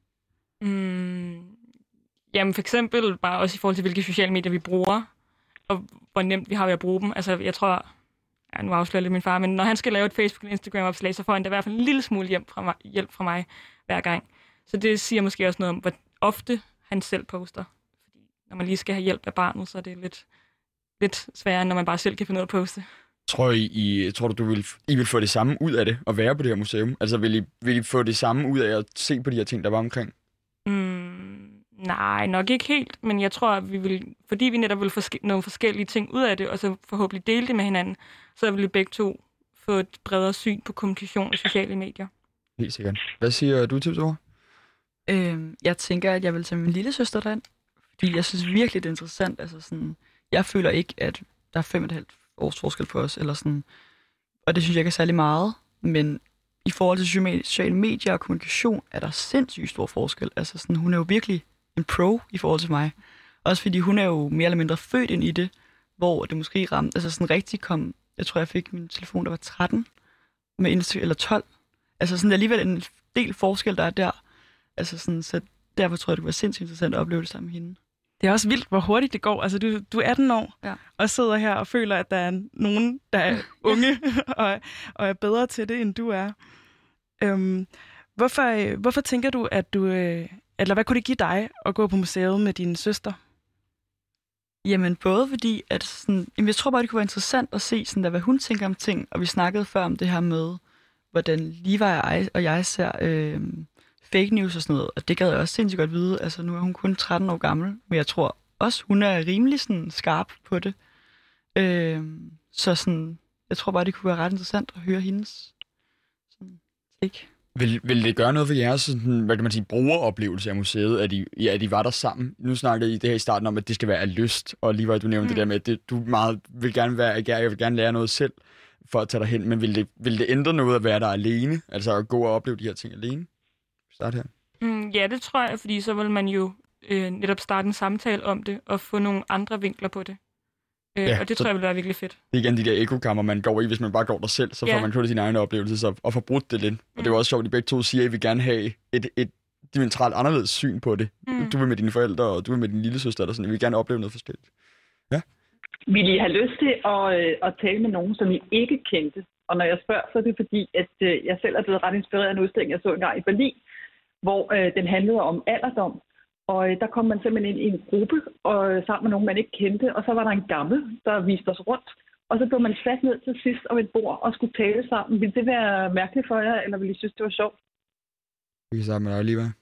[SPEAKER 3] Jamen for eksempel bare også i forhold til, hvilke sociale medier vi bruger, og hvor nemt vi har ved at bruge dem. Altså jeg tror, nu afslører lidt min far, men når han skal lave et Facebook- og Instagram-opslag, så får han da i hvert fald en lille smule hjælp fra mig hver gang. Så det siger måske også noget om, hvor ofte han selv poster. Fordi når man lige skal have hjælp af barnet, så er det lidt sværere, når man bare selv kan finde ud af at poste.
[SPEAKER 1] Tror du I vil få det samme ud af det, at være på det her museum? Altså vil I få det samme ud af at se på de her ting, der var omkring?
[SPEAKER 3] Nej, nok ikke helt, men jeg tror, at fordi vi netop vil få nogle forskellige ting ud af det, og så forhåbentlig dele det med hinanden, så vil vi begge to få et bredere syn på kommunikation og sociale medier.
[SPEAKER 1] Helt sikkert. Hvad siger du, Theodora?
[SPEAKER 4] Jeg tænker, at jeg vil tage min lille søster derind, fordi jeg synes virkelig, det er interessant. Altså sådan, jeg føler ikke, at der er 5,5 års forskel på os, eller sådan, og det synes jeg ikke er særlig meget, men i forhold til sociale medier og kommunikation er der sindssygt stor forskel. Altså sådan, hun er jo virkelig en pro i forhold til mig. Også fordi hun er jo mere eller mindre født ind i det, hvor det måske ramte, altså sådan rigtig kom, jeg tror, jeg fik min telefon, der var 13, eller 12. Altså sådan, der er alligevel en del forskel, der er der. Altså sådan, så derfor tror jeg, det kunne være sindssygt interessant at opleve det sammen med hende.
[SPEAKER 2] Det er også vildt, hvor hurtigt det går. Altså, du er 18 år, og sidder her og føler, at der er nogen, der er unge og er bedre til det, end du er. Hvorfor tænker du, at eller hvad kunne det give dig at gå på museet med din søster?
[SPEAKER 4] Jamen, både fordi, at sådan, jeg tror bare, det kunne være interessant at se, sådan, hvad hun tænker om ting, og vi snakkede før om det her med, hvordan Levi og jeg ser fake news og sådan noget, og det gad jeg også sindssygt godt vide. Altså, nu er hun kun 13 år gammel, men jeg tror også, hun er rimelig sådan, skarp på det. Så sådan, jeg tror bare, det kunne være ret interessant at høre hendes take.
[SPEAKER 1] Vil det gøre noget for jeres sådan, hvad kan man sige, brugeroplevelse af museet, at I var der sammen? Nu snakkede I det her i starten om, at det skal være af lyst, og lige var du nævnte det der med, at du meget vil gerne være, jeg vil gerne lære noget selv for at tage dig hen, men vil det ændre noget at være der alene? Altså at gå og opleve de her ting alene? Start her.
[SPEAKER 3] Ja, det tror jeg, fordi så vil man jo netop starte en samtale om det, og få nogle andre vinkler på det. Og det tror jeg vil være virkelig fedt. Det
[SPEAKER 1] er igen de der ekokammer, man går i. Hvis man bare går der selv, så får man kun sine egne oplevelser og får brudt det lidt. Og det er også sjovt, at I begge to siger, at I vil gerne have et dimensionalt anderledes syn på det. Du vil med dine forældre, og du vil med din lille søster, og sådan. I vil gerne opleve noget forskelligt. Ja?
[SPEAKER 5] Vil I have lyst til at tale med nogen, som I ikke kendte? Og når jeg spørger, så er det fordi, at jeg selv er blevet ret inspireret af en udstilling, jeg så engang i Berlin, hvor den handlede om alderdom. Og der kom man simpelthen ind i en gruppe og sammen med nogen, man ikke kendte. Og så var der en gammel, der viste os rundt. Og så blev man sat ned til sidst om et bord og skulle tale sammen. Vil det være mærkeligt for jer, eller vil I synes, det var sjovt?
[SPEAKER 1] Vi kan sammen med dig, Liva.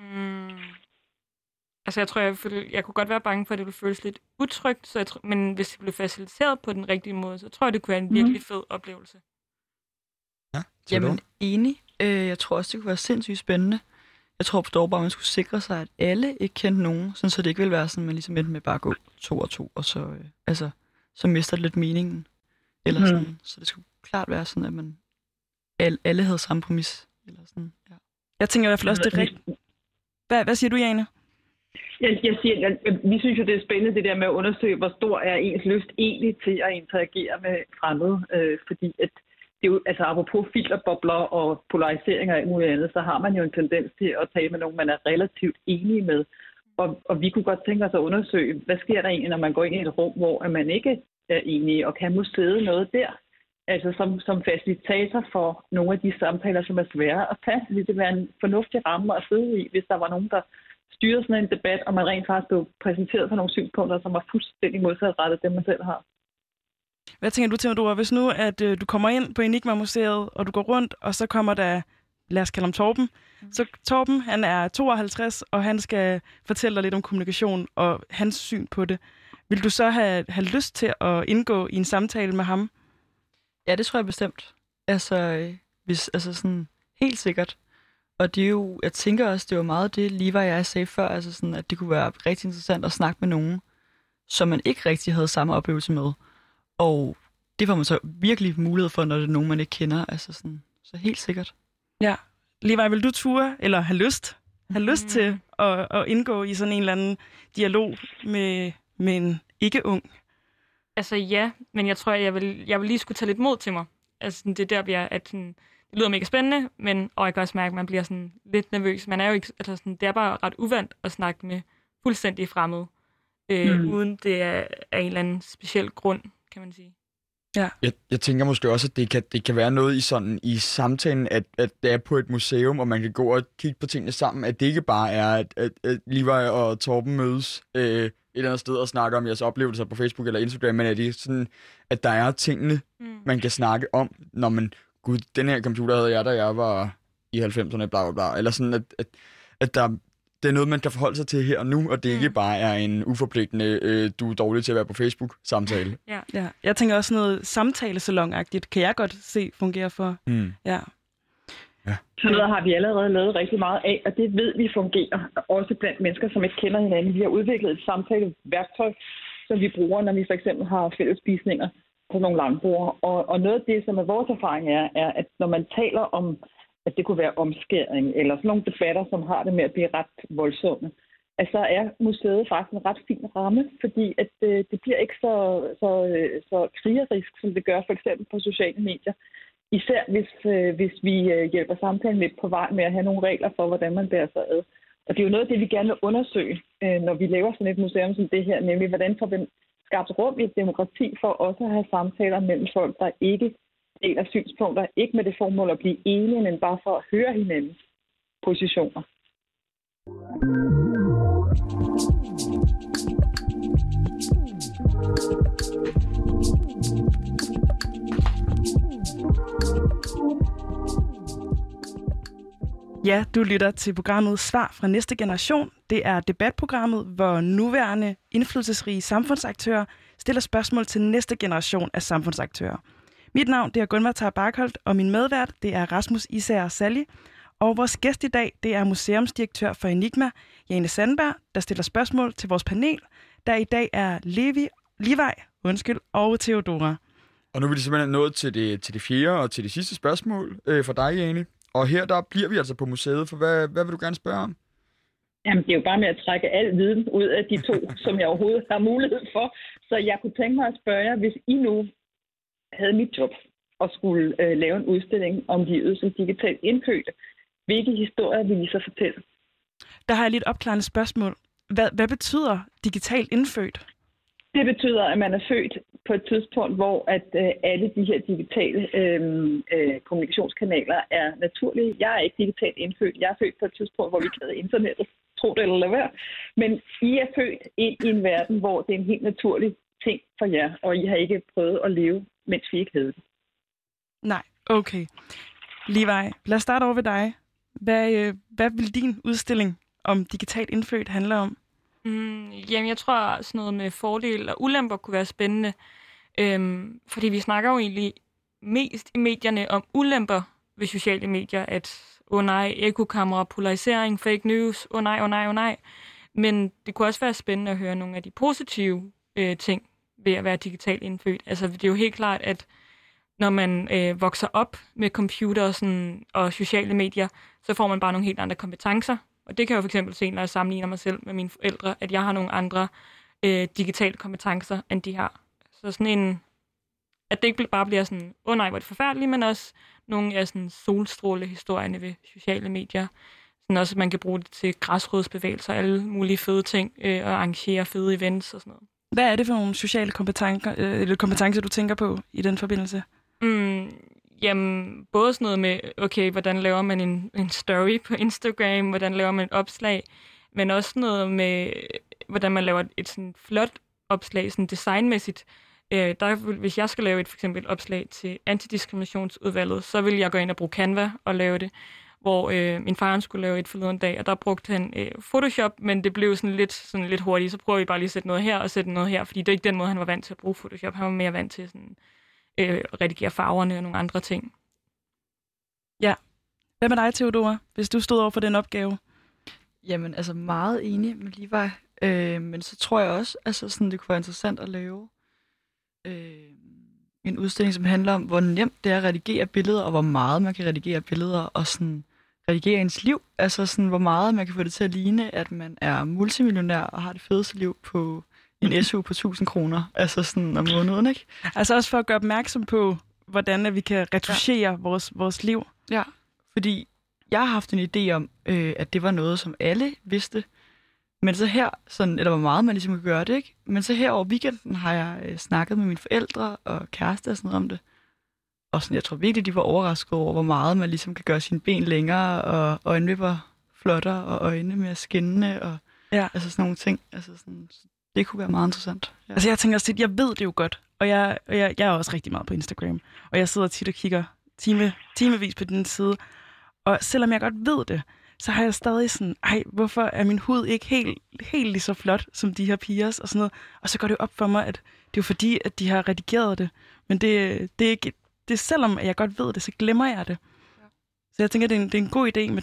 [SPEAKER 3] Altså, jeg tror, jeg kunne godt være bange for, at det ville føles lidt utrygt. Men hvis det blev faciliteret på den rigtige måde, så tror jeg, det kunne være en virkelig fed oplevelse.
[SPEAKER 1] Ja,
[SPEAKER 4] jamen, enig. Jeg tror også, det kunne være sindssygt spændende. Jeg tror dog bare, man skulle sikre sig, at alle ikke kendte nogen, sådan, så det ikke ville være sådan, at man ligesom endte med bare at gå 2 og 2, og så mister det lidt meningen. Eller sådan. Så det skulle klart være sådan, at man alle havde samme præmis. Eller sådan, ja.
[SPEAKER 2] Jeg tænker i hvert fald også, det er rigtigt. Hvad siger du, Jane?
[SPEAKER 5] Jeg siger, vi synes jo, det er spændende det der med at undersøge, hvor stor er ens lyst egentlig til at interagere med fremmede. Fordi at det er jo, altså apropos filterbobler og polarisering og alt muligt andet, så har man jo en tendens til at tale med nogen, man er relativt enige med. Og vi kunne godt tænke os at undersøge, hvad sker der egentlig, når man går ind i et rum, hvor man ikke er enige, og kan museet noget der? Altså som facilitator for nogle af de samtaler, som er svære at tage. Det ville være en fornuftig ramme at sidde i, hvis der var nogen, der styrede sådan en debat, og man rent faktisk blev præsenteret for nogle synspunkter, som var fuldstændig modsatrettet dem, man selv har.
[SPEAKER 2] Hvad tænker du, Theodora, hvis nu, at du kommer ind på Enigma-museet, og du går rundt, og så kommer der, lad os kalde ham Torben. Så Torben, han er 52, og han skal fortælle dig lidt om kommunikation og hans syn på det. Vil du så have lyst til at indgå i en samtale med ham?
[SPEAKER 4] Ja, det tror jeg bestemt. Altså sådan helt sikkert. Og det er jo, jeg tænker også, det var meget det, Liva og jeg sagde før, altså sådan, at det kunne være rigtig interessant at snakke med nogen, som man ikke rigtig havde samme oplevelse med. Og det får man så virkelig mulighed for, når det er nogen, man ikke kender. Altså sådan, så helt sikkert.
[SPEAKER 2] Ja. Liva, vil du ture, eller have lyst til at indgå i sådan en eller anden dialog med en ikke-ung?
[SPEAKER 3] Altså ja, men jeg tror, jeg vil lige skulle tage lidt mod til mig. Altså det er der, at sådan, det lyder mega spændende, og jeg kan også mærke, at man bliver sådan lidt nervøs. Man er jo ikke, altså sådan, det er bare ret uvandt at snakke med fuldstændig fremmede, uden det er af en eller anden speciel grund, kan man sige.
[SPEAKER 1] Ja. Jeg tænker måske også, at det kan være noget i samtalen, at det er på et museum, og man kan gå og kigge på tingene sammen, at det ikke bare er, at Liva og Torben mødes et eller andet sted og snakker om jeres oplevelser på Facebook eller Instagram, men at det er sådan, at der er tingene, man kan snakke om, når man, gud, den her computer havde jeg, da jeg var i 90'erne, bla bla bla, eller sådan, at der det er noget, man kan forholde sig til her og nu, og det ikke bare er en uforpligtende, du er dårlig til at være på Facebook-samtale.
[SPEAKER 2] Ja. Jeg tænker også noget samtalesalon-agtigt, kan jeg godt se fungere for. Ja.
[SPEAKER 5] Sådan noget har vi allerede lavet rigtig meget af, og det ved vi fungerer, også blandt mennesker, som ikke kender hinanden. Vi har udviklet et samtaleværktøj, som vi bruger, når vi for eksempel har fællesspisninger på nogle langbord. Og noget af det, som er vores erfaring er, at når man taler om at det kunne være omskæring, eller sådan nogle debatter, som har det med at blive ret voldsomme, at så er museet faktisk en ret fin ramme, fordi at det bliver ikke så krigerisk, som det gør for eksempel på sociale medier. Især hvis vi hjælper samtalen lidt på vej med at have nogle regler for, hvordan man bærer sig ad. Og det er jo noget af det, vi gerne vil undersøge, når vi laver sådan et museum som det her, nemlig hvordan får vi skabt rum i et demokrati for også at have samtaler mellem folk, der ikke deler synspunkter, ikke med det formål at blive enige, men bare for at høre hinandens positioner.
[SPEAKER 2] Ja, du lytter til programmet Svar fra Næste Generation. Det er debatprogrammet, hvor nuværende indflydelsesrige samfundsaktører stiller spørgsmål til næste generation af samfundsaktører. Mit navn det er Gunvar Barkholt, og min medvært det er Rasmus Isager Salli. Og vores gæst i dag det er museumsdirektør for Enigma, Jane Sandberg, der stiller spørgsmål til vores panel, der i dag er Livi og Theodora.
[SPEAKER 1] Og nu er vi simpelthen nået til det fjerde og til det sidste spørgsmål for dig, Jane. Og her der bliver vi altså på museet, for hvad vil du gerne spørge om?
[SPEAKER 5] Jamen, det er jo bare med at trække al viden ud af de to, som jeg overhovedet har mulighed for. Så jeg kunne tænke mig at spørge jer, hvis I nu havde mit job og skulle lave en udstilling om livet som digitalt indfødte, hvilke historier vil I så fortælle?
[SPEAKER 2] Der har jeg lige et opklarende spørgsmål. Hvad betyder digitalt indfødt?
[SPEAKER 5] Det betyder, at man er født på et tidspunkt, hvor at alle de her digitale kommunikationskanaler er naturlige. Jeg er ikke digitalt indfødt. Jeg er født på et tidspunkt, hvor vi ikke havde internettet. Tro det eller lad være. Men I er født ind i en verden, hvor det er en helt naturlig ting for jer, og I har ikke prøvet at leve, mens vi ikke havde det.
[SPEAKER 2] Nej, okay. Livi, lad os starte over ved dig. Hvad vil din udstilling om digitalt indfødt handle om?
[SPEAKER 3] Jamen, jeg tror sådan noget med fordele og ulemper kunne være spændende. Fordi vi snakker jo egentlig mest i medierne om ulemper ved sociale medier, at nej, ekokamera, polarisering, fake news, nej. Men det kunne også være spændende at høre nogle af de positive ting ved at være digitalt indfødt. Altså, det er jo helt klart, at når man vokser op med computer og sociale medier, så får man bare nogle helt andre kompetencer. Og det kan jeg jo for eksempel se, når jeg sammenligner mig selv med mine forældre, at jeg har nogle andre digitale kompetencer, end de har. Så sådan at det ikke bare bliver sådan, nej, hvor er det forfærdeligt, men også nogle af sådan solstrålehistorierne ved sociale medier. Sådan også, at man kan bruge det til græsrodsbevægelser, alle mulige fede ting, og arrangere fede events og sådan noget.
[SPEAKER 2] Hvad er det for nogle sociale kompetencer, du tænker på i den forbindelse?
[SPEAKER 3] Jamen, både sådan noget med, okay, hvordan laver man en story på Instagram, hvordan laver man et opslag, men også noget med, hvordan man laver et sådan flot opslag, sådan designmæssigt. Hvis jeg skal lave for eksempel et opslag til antidiskriminationsudvalget, så vil jeg gå ind og bruge Canva og lave det, hvor min far skulle lave et forleden dag, og der brugte han Photoshop, men det blev sådan lidt hurtigt, så prøver vi bare lige at sætte noget her og sætte noget her, fordi det er ikke den måde, han var vant til at bruge Photoshop. Han var mere vant til sådan redigere farverne og nogle andre ting.
[SPEAKER 2] Ja. Hvad med dig, Theodora, hvis du stod over for den opgave?
[SPEAKER 4] Jamen, altså meget enig med Levi, men så tror jeg også, altså sådan, det kunne være interessant at lave en udstilling, som handler om, hvor nemt det er at redigere billeder, og hvor meget man kan redigere billeder, og sådan redigere ens liv. Altså sådan, hvor meget man kan få det til at ligne, at man er multimillionær og har det fedeste liv på en SU på 1000 kroner, altså sådan om måneden, ikke?
[SPEAKER 2] Altså også for at gøre opmærksom på, hvordan at vi kan retuschere vores liv.
[SPEAKER 4] Ja, fordi jeg har haft en idé om, at det var noget, som alle vidste. Men så her, sådan, eller hvor meget man ligesom kan gøre det, ikke? Men så her over weekenden har jeg snakket med mine forældre og kæreste og sådan noget om det. Og sådan, jeg tror virkelig, de var overrasket over, hvor meget man ligesom kan gøre sine ben længere, og øjenvipper flottere, og øjne mere skinnende, og altså sådan nogle ting. Altså sådan, det kunne være meget interessant. Ja.
[SPEAKER 2] Altså jeg tænker tit, jeg ved det jo godt, og jeg er også rigtig meget på Instagram, og jeg sidder tit og kigger timevis på din side, og selvom jeg godt ved det, så har jeg stadig sådan, hvorfor er min hud ikke helt lige så flot som de her pigers og sådan noget, og så går det op for mig, at det er jo fordi, at de har redigeret det, men det er ikke, det selvom jeg godt ved det, så glemmer jeg det. Ja. Så jeg tænker, det er en god idé med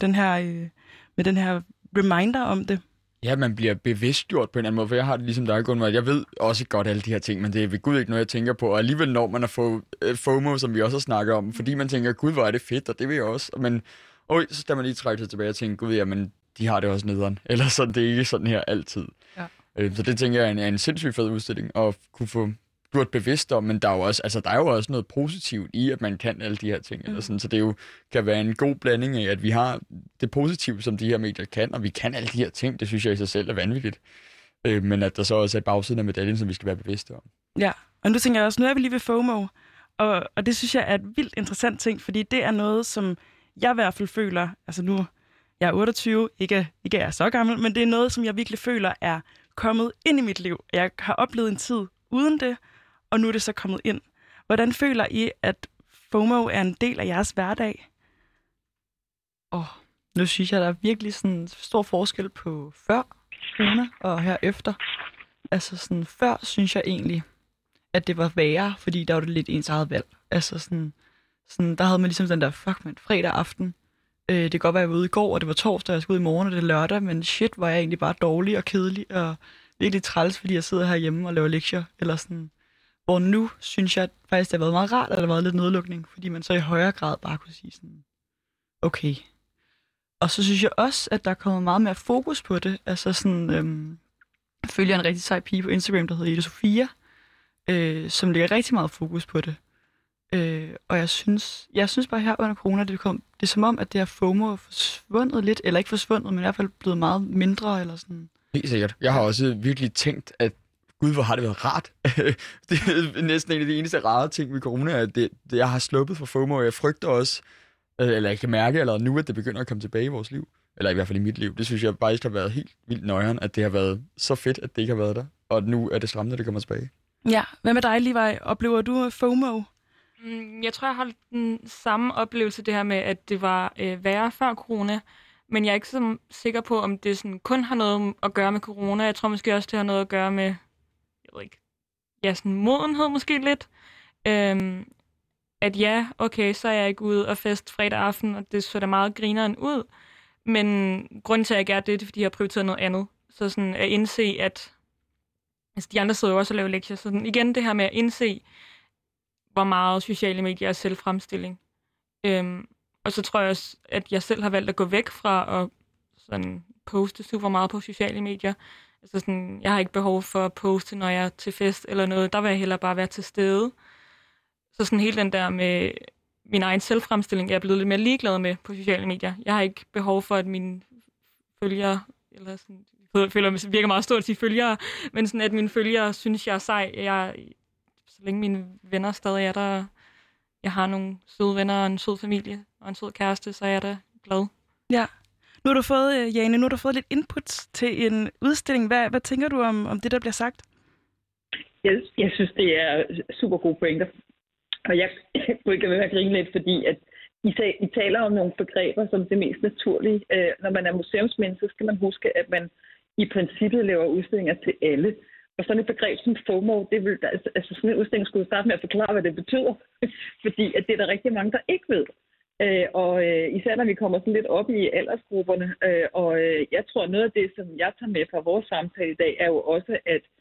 [SPEAKER 2] den her reminder om det.
[SPEAKER 1] Ja, man bliver bevidstgjort på en anden måde, for jeg har det ligesom dig, Gunvar. Jeg ved også godt alle de her ting, men det er ved Gud ikke noget, jeg tænker på. Og alligevel når man har FOMO, som vi også har snakket om, fordi man tænker, Gud, hvor er det fedt, og det vil jeg også. Men så skal man lige trække sig tilbage og tænke, Gud, jamen, de har det også nederen. Eller sådan, det er ikke sådan her altid. Ja. Så det tænker jeg er en sindssygt fed udstilling, at kunne få gjort bevidst om, men der er jo også noget positivt i, at man kan alle de her ting. Eller sådan, så det jo kan være en god blanding af, at vi har det positive, som de her medier kan, og vi kan alle de her ting. Det synes jeg i sig selv er vanvittigt. Men at der så også er bagsiden af medaljen, som vi skal være bevidste om. Ja,
[SPEAKER 2] og nu tænker jeg også, nu er vi lige ved FOMO, og det synes jeg er et vildt interessant ting, fordi det er noget, som jeg i hvert fald føler, altså nu, jeg er 28, ikke er så gammel, men det er noget, som jeg virkelig føler er kommet ind i mit liv. Jeg har oplevet en tid uden det, og nu er det så kommet ind. Hvordan føler I, at FOMO er en del af jeres hverdag?
[SPEAKER 4] Nu synes jeg, der er virkelig sådan stor forskel på før corona og herefter. Altså sådan, før synes jeg egentlig, at det var værre, fordi der var det lidt ens eget valg. Altså sådan der havde man ligesom den der, fredag aften. Det kan godt være, at jeg var ude i går, og det var torsdag, og jeg skulle ud i morgen, og det er lørdag, men shit, var jeg egentlig bare dårlig og kedelig, og virkelig træls, fordi jeg sidder herhjemme og laver lektier, eller sådan. Hvor nu synes jeg faktisk, det har været meget rart, at der har været lidt nedlukning, fordi man så i højere grad bare kunne sige sådan, okay. Og så synes jeg også, at der er kommet meget mere fokus på det. Altså sådan, følger en rigtig sej pige på Instagram, der hedder Ida Sofia, som lægger rigtig meget fokus på det. Og jeg synes bare her under corona, det er som om, at det her FOMO er forsvundet lidt, eller ikke forsvundet, men i hvert fald blevet meget mindre, eller sådan.
[SPEAKER 1] Helt sikkert. Jeg har også virkelig tænkt, at Gud, hvor har det været rart. Det er næsten en af de eneste rare ting ved corona, at jeg har sluppet for FOMO, og jeg frygter også, eller jeg kan mærke allerede nu, at det begynder at komme tilbage i vores liv. Eller i hvert fald i mit liv. Det synes jeg faktisk har været helt vildt nøjeren, at det har været så fedt, at det ikke har været der. Og nu er det skræmmende, at det kommer tilbage.
[SPEAKER 2] Ja, hvad med dig, Levi? Oplever du FOMO?
[SPEAKER 3] Jeg tror, jeg har den samme oplevelse, det her med, at det var værre før corona. Men jeg er ikke så sikker på, om det sådan kun har noget at gøre med corona. Jeg tror måske også, det har noget at gøre med, jeg ved ikke, sådan modenhed måske lidt. At ja, okay, så er jeg ikke ude og fest fredag aften, og det så da meget grineren ud. Men grunden til, at jeg ikke er det, er, fordi jeg har prioriteret noget andet. Så sådan at indse, at altså de andre sidder jo også og laver lektier. Så sådan, igen det her med at indse, hvor meget sociale medier er selvfremstilling. Og så tror jeg også, at jeg selv har valgt at gå væk fra at sådan poste super meget på sociale medier. Altså sådan, jeg har ikke behov for at poste, når jeg er til fest eller noget. Der vil jeg hellere bare være til stede. Så sådan hele den der med min egen selvfremstilling, jeg er blevet lidt mere ligeglad med på sociale medier. Jeg har ikke behov for, at mine følgere, eller sådan, jeg føler, det virker meget stort at sige følgere, men sådan, at mine følgere synes, jeg er sej. Så længe mine venner stadig er der, jeg har nogle søde venner og en sød familie og en sød kæreste, så er jeg da glad.
[SPEAKER 2] Ja. Nu har du fået, Jane, lidt input til en udstilling. Hvad tænker du om det, der bliver sagt?
[SPEAKER 5] Jeg synes, det er super gode pointer. Og jeg kunne ikke være at grine lidt, fordi at I taler om nogle begreber som det mest naturlige. Når man er museumsmenneske, så skal man huske, at man i princippet laver udstillinger til alle. Og sådan et begreb som FOMO, sådan en udstilling skulle starte med at forklare, hvad det betyder. Fordi at det er der rigtig mange, der ikke ved. Og især når vi kommer sådan lidt op i aldersgrupperne. Og jeg tror, noget af det, som jeg tager med fra vores samtale i dag, er jo også,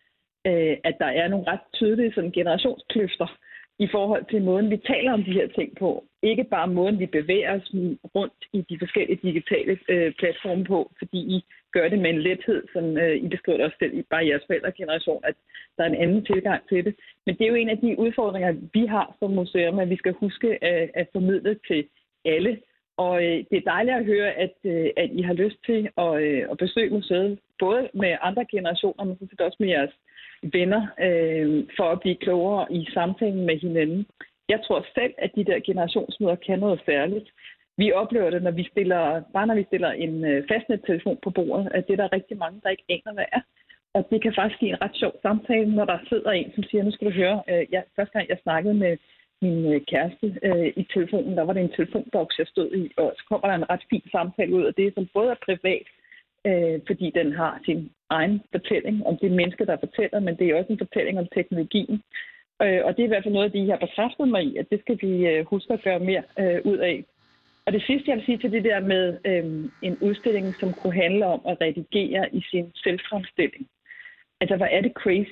[SPEAKER 5] at der er nogle ret tydelige sådan, generationskløfter i forhold til måden, vi taler om de her ting på. Ikke bare måden, vi bevæger os rundt i de forskellige digitale platforme på, fordi I gør det med en lethed, som I beskriver også selv i bare jeres forældregeneration, at der er en anden tilgang til det. Men det er jo en af de udfordringer, vi har som museum, at vi skal huske at formidle til alle. Og det er dejligt at høre, at I har lyst til at besøge museet, både med andre generationer, men sådan set også med jeres venner, for at blive klogere i samtalen med hinanden. Jeg tror selv, at de der generationsmøder kan noget særligt. Vi oplever det, når vi stiller en fastnettelefon på bordet, at det er der rigtig mange, der ikke aner, hvad er. Og det kan faktisk give en ret sjov samtale, når der sidder en, som siger, nu skal du høre, første gang jeg snakkede med min kæreste i telefonen, der var det en telefonboks, jeg stod i, og så kommer der en ret fin samtale ud af det, som både er privat, fordi den har sin egen fortælling om det menneske, der fortæller, men det er også en fortælling om teknologien. Og det er i hvert fald noget af det, I har bekræftet mig i, at det skal vi huske at gøre mere ud af. Og det sidste, jeg vil sige til det der med en udstilling, som kunne handle om at redigere i sin selvfremstilling. Altså, hvor er det crazy,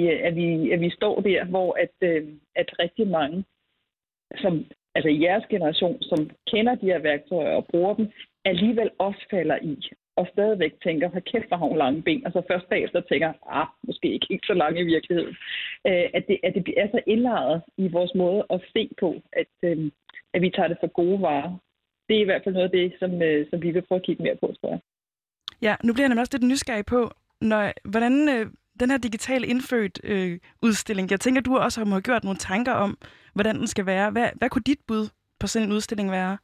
[SPEAKER 5] at vi står der, hvor at rigtig mange, som, altså i jeres generation, som kender de her værktøjer og bruger dem, alligevel også falder i. Og stadigvæk tænker, hold kæft, hvor har hun lange ben. Og så først bagefter tænker, måske ikke helt så lange i virkeligheden. At det er så indlejret i vores måde at se på, at vi tager det for gode varer. Det er i hvert fald noget af det, som vi vil prøve at kigge mere på, tror jeg.
[SPEAKER 2] Ja, nu bliver jeg nemlig også lidt nysgerrig på, hvordan den her digitale indfødt udstilling, jeg tænker, du også har gjort nogle tanker om, hvordan den skal være. Hvad kunne dit bud på sådan en udstilling være?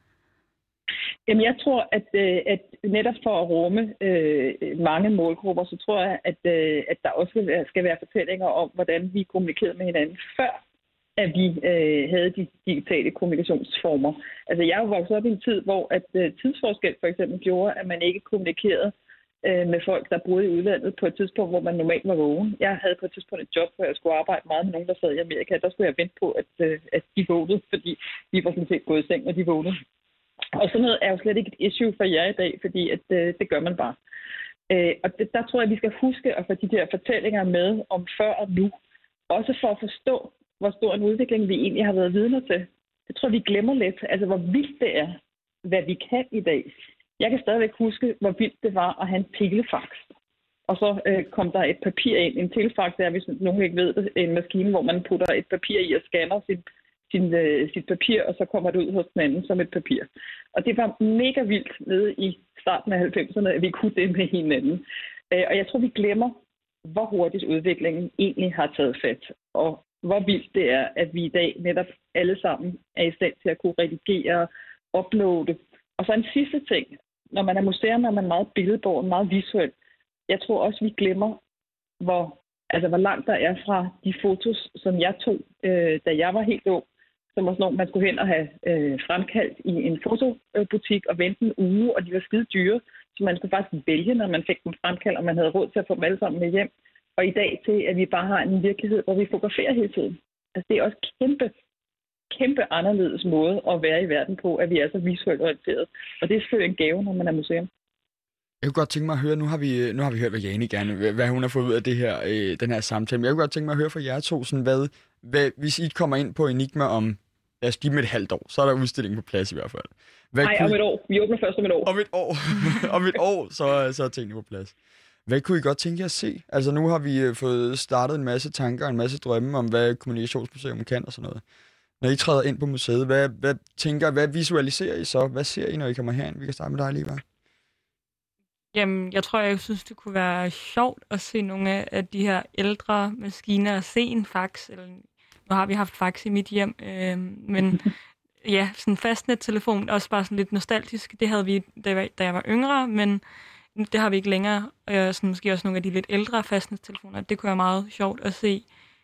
[SPEAKER 5] Jamen, jeg tror, at netop for at rumme mange målgrupper, så tror jeg, at der også skal være fortællinger om, hvordan vi kommunikerede med hinanden før, at vi havde de digitale kommunikationsformer. Altså, jeg er jo vokset op i en tid, hvor at tidsforskel for eksempel gjorde, at man ikke kommunikerede med folk, der boede i udlandet på et tidspunkt, hvor man normalt var vågen. Jeg havde på et tidspunkt et job, hvor jeg skulle arbejde meget med nogen, der sad i Amerika. Der skulle jeg vente på, at de vågnede, fordi vi var sådan set gået i seng, når de vågnede. Og sådan noget er jo slet ikke et issue for jer i dag, fordi at, det gør man bare. Og der tror jeg, at vi skal huske at få de der fortællinger med om før og nu. Også for at forstå, hvor stor en udvikling vi egentlig har været vidner til. Jeg tror, vi glemmer lidt, altså hvor vildt det er, hvad vi kan i dag. Jeg kan stadigvæk huske, hvor vildt det var at have en telefax. Og så kom der et papir ind. En telefax er, hvis nogen ikke ved det, en maskine, hvor man putter et papir i og scanner sit papir, og så kommer det ud hos den anden som et papir. Og det var mega vildt nede i starten af 90'erne, at vi kunne det med hinanden. Og jeg tror, vi glemmer, hvor hurtigt udviklingen egentlig har taget fat. Og hvor vildt det er, at vi i dag netop alle sammen er i stand til at kunne redigere, uploade. Og så en sidste ting. Når man er museum, er man meget billedbåren, meget visuel. Jeg tror også, vi glemmer, hvor langt der er fra de fotos, som jeg tog, da jeg var helt ung. Som var sådan noget, man skulle hen og have fremkaldt i en fotobutik og vente en uge, og de var skide dyre. Så man skulle faktisk vælge, når man fik dem fremkaldt, og man havde råd til at få dem alle sammen med hjem. Og i dag til, at vi bare har en virkelighed, hvor vi fotograferer hele tiden. Altså det er også kæmpe anderledes måde at være i verden på, at vi er så visuelt orienteret. Og det er selvfølgelig en gave, når man er museum.
[SPEAKER 1] Jeg kunne godt tænke mig at høre, nu har vi hørt, hvad Jane gerne, hvad hun har fået ud af det her, den her samtale. Men jeg kunne godt tænke mig at høre fra jer to, sådan, hvad, hvis I kommer ind på Enigma om, lad os give dem et halvt år, så er der udstillingen på plads i hvert fald.
[SPEAKER 5] Om et år. Vi åbner først om et år.
[SPEAKER 1] Om et år, så er tingene på plads. Hvad kunne I godt tænke jer at se? Altså nu har vi fået startet en masse tanker og en masse drømme om, hvad Kommunikationsmuseum kan og sådan noget. Når I træder ind på museet, hvad visualiserer I så? Hvad ser I, når I kommer herind? Vi kan starte med dig, Liva.
[SPEAKER 3] Jamen, jeg synes, det kunne være sjovt at se nogle af de her ældre maskiner og se en fax. Eller, nu har vi haft fax i mit hjem, men ja, sådan en fastnet-telefon, også bare sådan lidt nostalgisk. Det havde vi, da jeg var yngre, men det har vi ikke længere. Og sådan, måske også nogle af de lidt ældre fastnet-telefoner. Det kunne være meget sjovt at se,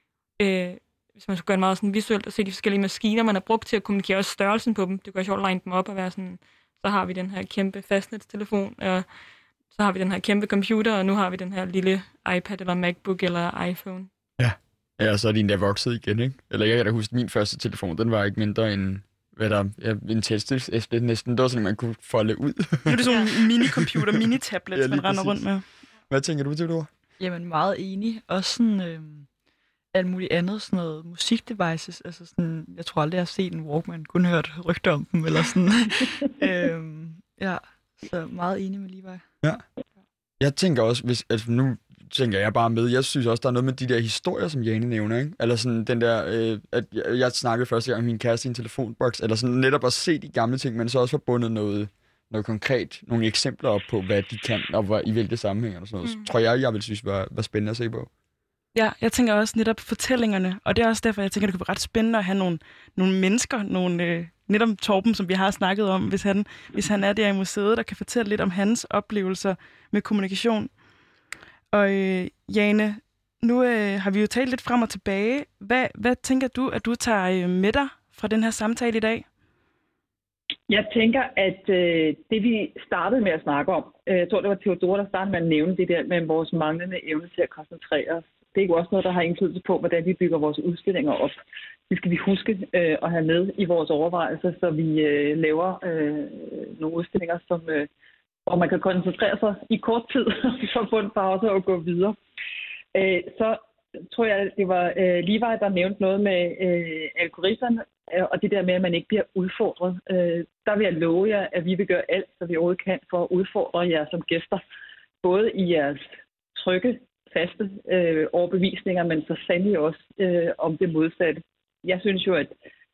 [SPEAKER 3] hvis man skulle gøre det meget sådan visuelt, at se de forskellige maskiner, man har brugt til at kommunikere, også størrelsen på dem. Det kunne være sjovt at line dem op og være sådan, så har vi den her kæmpe fastnet-telefon, og så har vi den her kæmpe computer, og nu har vi den her lille iPad eller MacBook eller iPhone.
[SPEAKER 1] Ja, så er de endda vokset igen, ikke? Eller jeg kan da huske, min første telefon, den var ikke mindre end, en testes næsten. Det var sådan, man kunne folde ud.
[SPEAKER 2] Nu er det sådan en mini-computer, mini-tablet, man render rundt med.
[SPEAKER 1] Hvad tænker du, Theodora?
[SPEAKER 4] Jamen, meget enig. Også sådan alt muligt andet, sådan noget musikdevices. Altså sådan, jeg tror aldrig, jeg har set en Walkman, kun hørt rygter om dem, eller sådan. Ja, så meget enig med Levi.
[SPEAKER 1] Ja. Jeg tænker også, nu tænker jeg bare med, jeg synes også, der er noget med de der historier, som Jane nævner, ikke? Eller sådan den der, at jeg snakkede første gang med min kæreste i en telefonboks, eller sådan netop at se de gamle ting, men så også forbundet noget konkret, nogle eksempler op på, hvad de kan, og i hvilke sammenhænger og sådan noget. Så tror jeg vil synes var spændende at se på. Ja,
[SPEAKER 2] jeg tænker også netop fortællingerne, og det er også derfor, jeg tænker, det kunne være ret spændende at have nogle mennesker, netop Torben, som vi har snakket om, hvis han er der i museet, der kan fortælle lidt om hans oplevelser med kommunikation. Og Jane, nu har vi jo talt lidt frem og tilbage. Hvad tænker du, at du tager med dig fra den her samtale i dag?
[SPEAKER 5] Jeg tænker, at det vi startede med at snakke om, jeg tror, det var Theodora, der startede med at nævne det der med vores manglende evne til at koncentrere os. Det er jo også noget, der har indflydelse på, hvordan vi bygger vores udstillinger op. Det skal vi huske at have med i vores overvejelser, så vi laver nogle udstillinger, hvor man kan koncentrere sig i kort tid, så få en pause og gå videre. Så tror jeg, det var Levi, der nævnte noget med algoritmerne, og det der med, at man ikke bliver udfordret. Der vil jeg love jer, at vi vil gøre alt, hvad vi overhovedet kan for at udfordre jer som gæster. Både i jeres trygge, faste overbevisninger, men så sandelig også om det modsatte. Jeg synes jo, at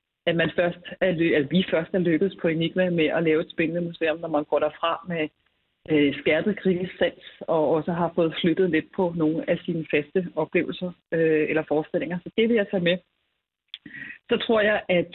[SPEAKER 5] vi først er lykkedes på Enigma med at lave et spændende museum, når man går derfra med skærpet kritisk sans, og også har fået flyttet lidt på nogle af sine faste oplevelser eller forestillinger. Så det vil jeg tage med. Så tror jeg, at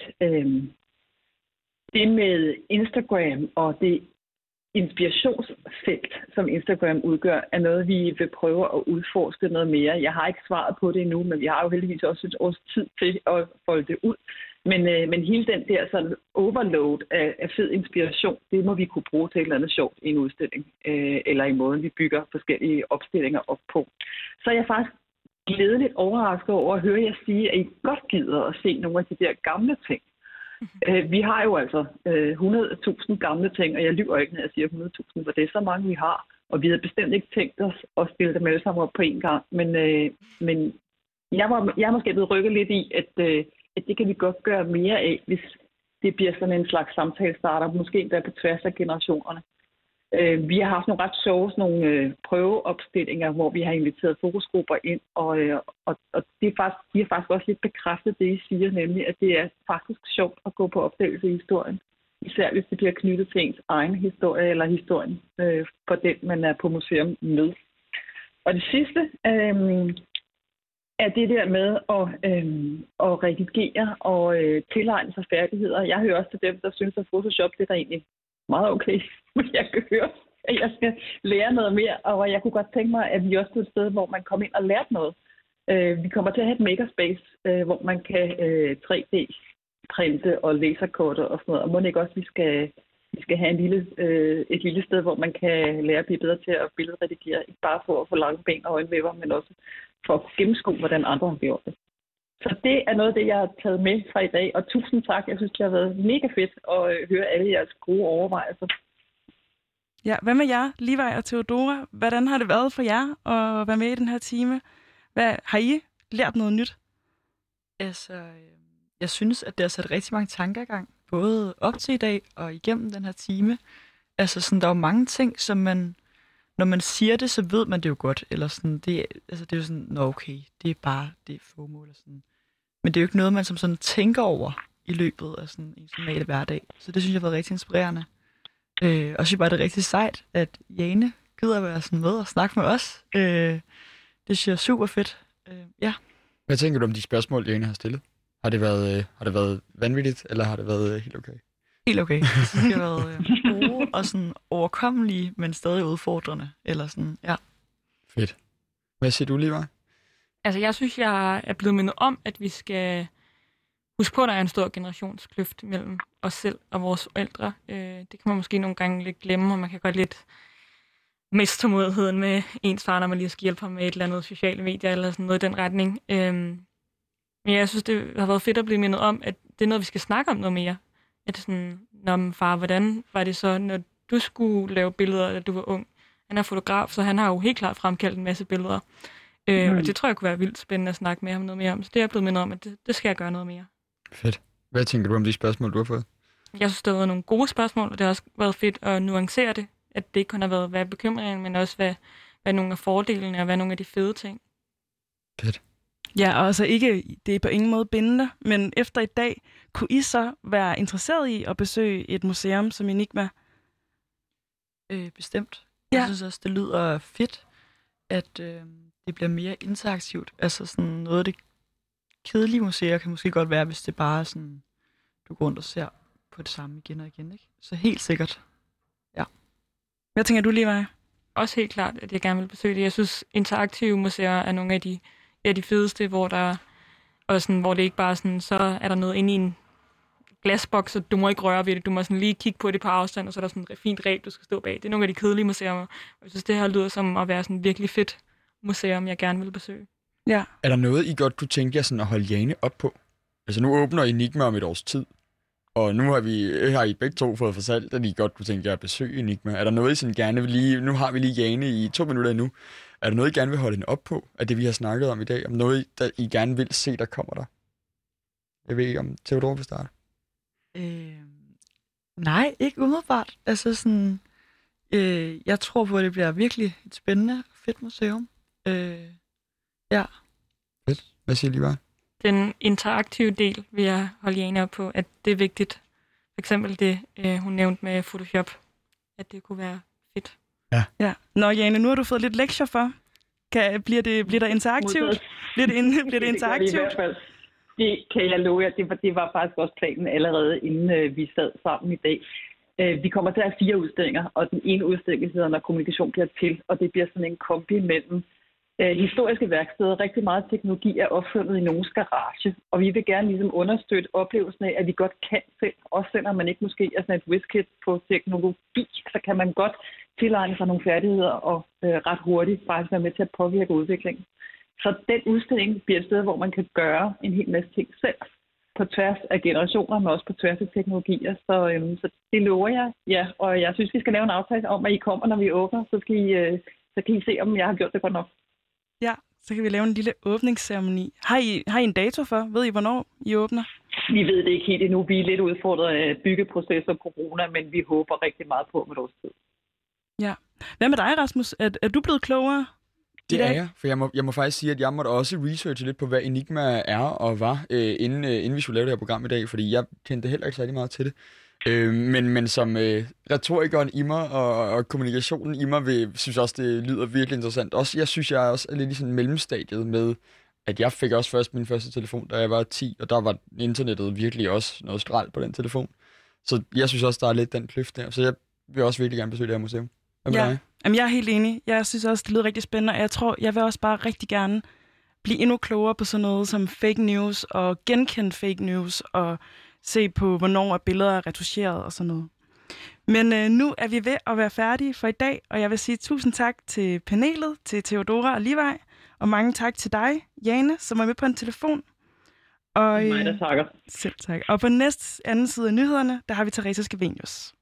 [SPEAKER 5] det med Instagram og det inspirationsfelt, som Instagram udgør, er noget, vi vil prøve at udforske noget mere. Jeg har ikke svaret på det endnu, men vi har jo heldigvis også et års tid til at folde det ud. Men hele den der sådan overload af fed inspiration, det må vi kunne bruge til et eller andet sjovt i en udstilling, eller i måden, vi bygger forskellige opstillinger op på. Så er jeg faktisk glædeligt overrasket over at høre jer sige, at I godt gider at se nogle af de der gamle ting. Vi har jo altså 100.000 gamle ting, og jeg lyver ikke, når jeg siger 100.000, for det er så mange, vi har. Og vi havde bestemt ikke tænkt os at stille dem alle sammen op på én gang. Men jeg er måske blevet rykket lidt i, at det kan vi godt gøre mere af, hvis det bliver sådan en slags samtalestarter, måske endda på tværs af generationerne. Vi har haft nogle ret sjove prøveopstillinger, hvor vi har inviteret fokusgrupper ind, og det er faktisk, de har faktisk også lidt bekræftet det, I siger, nemlig, at det er faktisk sjovt at gå på opdagelse i historien. Især hvis det bliver knyttet til ens egen historie, eller historien for den, man er på museum med. Og det sidste er det der med at redigere og tilegne sig færdigheder. Jeg hører også til dem, der synes, at Photoshop det er egentlig meget okay, men jeg kan høre, at jeg skal lære noget mere, og jeg kunne godt tænke mig, at vi også er et sted, hvor man kommer ind og lærer noget. Vi kommer til at have et makerspace, hvor man kan 3D-printe og laserkorte og sådan noget, og må ikke også, vi skal have et lille sted, hvor man kan lære at blive bedre til at billedredigere, ikke bare for at få lange ben og øjenvæver, men også for at gennemskue, hvordan andre har gjort det. Så det er noget af det, jeg har taget med fra i dag, og tusind tak. Jeg synes, det har været mega fedt at høre alle jeres gode overvejelser.
[SPEAKER 2] Ja, hvad med jer, Levi og Theodora? Hvordan har det været for jer at være med i den her time? Har I lært noget nyt?
[SPEAKER 4] Altså, jeg synes, at det har sat rigtig mange tanker i gang, både op til i dag og igennem den her time. Altså, sådan, der er jo mange ting, som når man siger det, så ved man det jo godt. Eller sådan, det er jo sådan, okay, det er FOMO eller sådan. Men det er jo ikke noget, man som sådan tænker over i løbet af sådan en normale hverdag. Så det synes jeg har været rigtig inspirerende. Og synes bare, det er rigtig sejt, at Jane gider være sådan med og snakke med os. Det synes jeg er super fedt. Ja.
[SPEAKER 1] Hvad tænker du om de spørgsmål, Jane har stillet? Har det været vanvittigt, eller har det været helt okay?
[SPEAKER 4] Helt okay. Jeg synes, det har været gode og sådan overkommelige, men stadig udfordrende. Eller sådan, ja.
[SPEAKER 1] Fedt. Hvad siger du, Levi?
[SPEAKER 3] Altså, jeg synes, jeg er blevet mindet om, at vi skal huske på, at der er en stor generationskløft mellem os selv og vores forældre. Det kan man måske nogle gange lidt glemme, og man kan godt lidt miste tålmodigheden med ens far, når man lige skal hjælpe ham med et eller andet sociale medier, eller sådan noget i den retning. Men jeg synes, det har været fedt at blive mindet om, at det er noget, vi skal snakke om noget mere. At sådan, når far, hvordan var det så, når du skulle lave billeder, da du var ung? Han er fotograf, så han har jo helt klart fremkaldt en masse billeder. Og det tror jeg kunne være vildt spændende at snakke med ham noget mere om. Så det er jeg blevet mindet om, at det skal jeg gøre noget mere.
[SPEAKER 1] Fedt. Hvad tænker du om de spørgsmål, du har fået?
[SPEAKER 3] Jeg synes, det har været nogle gode spørgsmål, og det har også været fedt at nuancere det. At det ikke kun har været, hvad er bekymringen, men også, hvad nogle af fordelene, og hvad nogle af de fede ting.
[SPEAKER 1] Fedt.
[SPEAKER 2] Ja, og altså ikke, det er på ingen måde bindende, men efter i dag, kunne I så være interesseret i at besøge et museum som Enigma?
[SPEAKER 4] Bestemt.
[SPEAKER 2] Ja.
[SPEAKER 4] Jeg synes også, det lyder fedt, at det bliver mere interaktivt. Altså sådan noget af det kedelige museer kan måske godt være, hvis det bare er sådan, du går rundt og ser på det samme igen og igen, ikke? Så helt sikkert. Ja.
[SPEAKER 2] Hvad tænker du, Levi?
[SPEAKER 3] Også helt klart, at jeg gerne vil besøge det. Jeg synes, interaktive museer er nogle af de fedeste, hvor det ikke bare sådan, så er der noget inde i en glasboks, og du må ikke røre ved det. Du må sådan lige kigge på det på afstand, og så er der sådan et fint reb, du skal stå bag. Det er nogle af de kedelige museer, og jeg synes, det her lyder som at være sådan et virkelig fedt museum, jeg gerne vil besøge.
[SPEAKER 2] Ja.
[SPEAKER 1] Er der noget, I godt kunne tænke jer sådan at holde Jane op på? Altså nu åbner Enigma om et års tid, og nu har I begge to fået fortalt, at I godt kunne tænke jer at besøge Enigma. Er der noget, I sådan gerne vil lige... Nu har vi lige Jane i 2 minutter endnu. Er der noget, I gerne vil holde hende op på, af det, vi har snakket om i dag? Om noget, der I gerne vil se, der kommer der? Jeg ved ikke, om Theodora vil starte.
[SPEAKER 4] Nej, ikke umiddelbart. Altså sådan... jeg tror på, at det bliver virkelig et spændende, fedt museum. Ja.
[SPEAKER 1] Fedt. Hvad siger I bare? Den
[SPEAKER 3] interaktive del vil jeg holde Jane op på, at det er vigtigt. For eksempel det, hun nævnte med Photoshop, at det kunne være fedt.
[SPEAKER 2] Ja. Nå, Jane, nu har du fået lidt lektier for. Bliver der interaktivt? Bliver det interaktivt?
[SPEAKER 5] Det i hvert fald. Det kan jeg love jer. Det var faktisk også planen allerede, inden vi sad sammen i dag. Vi kommer til at have 4 udstillinger, og den ene udstilling hedder, når kommunikation bliver til, og det bliver sådan en kombi mellem historiske værksteder. Rigtig meget teknologi er opfundet i nogens garage, og vi vil gerne ligesom understøtte oplevelsen af, at vi godt kan selv, også selvom man ikke måske er sådan et whiz-kid på teknologi, så kan man godt tilegne sig nogle færdigheder og ret hurtigt faktisk være med til at påvirke udviklingen. Så den udstilling bliver et sted, hvor man kan gøre en hel masse ting selv, på tværs af generationer, men også på tværs af teknologier. Så det lover jeg, ja. Og jeg synes, vi skal lave en aftale om, at I kommer, når vi åbner, så kan I se, om jeg har gjort det godt nok.
[SPEAKER 2] Ja, så kan vi lave en lille åbningsceremoni. Har I en dato for? Ved I, hvornår I åbner?
[SPEAKER 5] Vi ved det ikke helt endnu. Vi er lidt udfordret af byggeprocesser og corona, men vi håber rigtig meget på med vores tid.
[SPEAKER 2] Ja. Hvad med dig, Rasmus? Er du blevet klogere?
[SPEAKER 1] Det er jeg, for jeg må faktisk sige, at jeg måtte også researche lidt på, hvad Enigma er og var, inden vi skulle lave det her program i dag, fordi jeg kendte heller ikke særlig meget til det. Men som retorikeren i mig og kommunikationen i mig, synes også, det lyder virkelig interessant. Også, jeg synes, jeg også er lidt i sådan mellemstadiet med, at jeg fik også først min første telefon, da jeg var 10, og der var internettet virkelig også noget skrald på den telefon. Så jeg synes også, der er lidt den kløft der, så jeg vil også virkelig gerne besøge det her museum.
[SPEAKER 2] Ja. Jamen, jeg er helt enig. Jeg synes også, det lyder rigtig spændende, og jeg tror, jeg vil også bare rigtig gerne blive endnu klogere på sådan noget som fake news og genkende fake news og se på, hvornår billeder er retuscheret og sådan noget. Men nu er vi ved at være færdige for i dag, og jeg vil sige tusind tak til panelet, til Theodora og Levi, og mange tak til dig, Jane, som er med på en telefon. Og,
[SPEAKER 5] mig, der takker.
[SPEAKER 2] Selv tak. Og på næste anden side af nyhederne, der har vi Teresa Scavenius.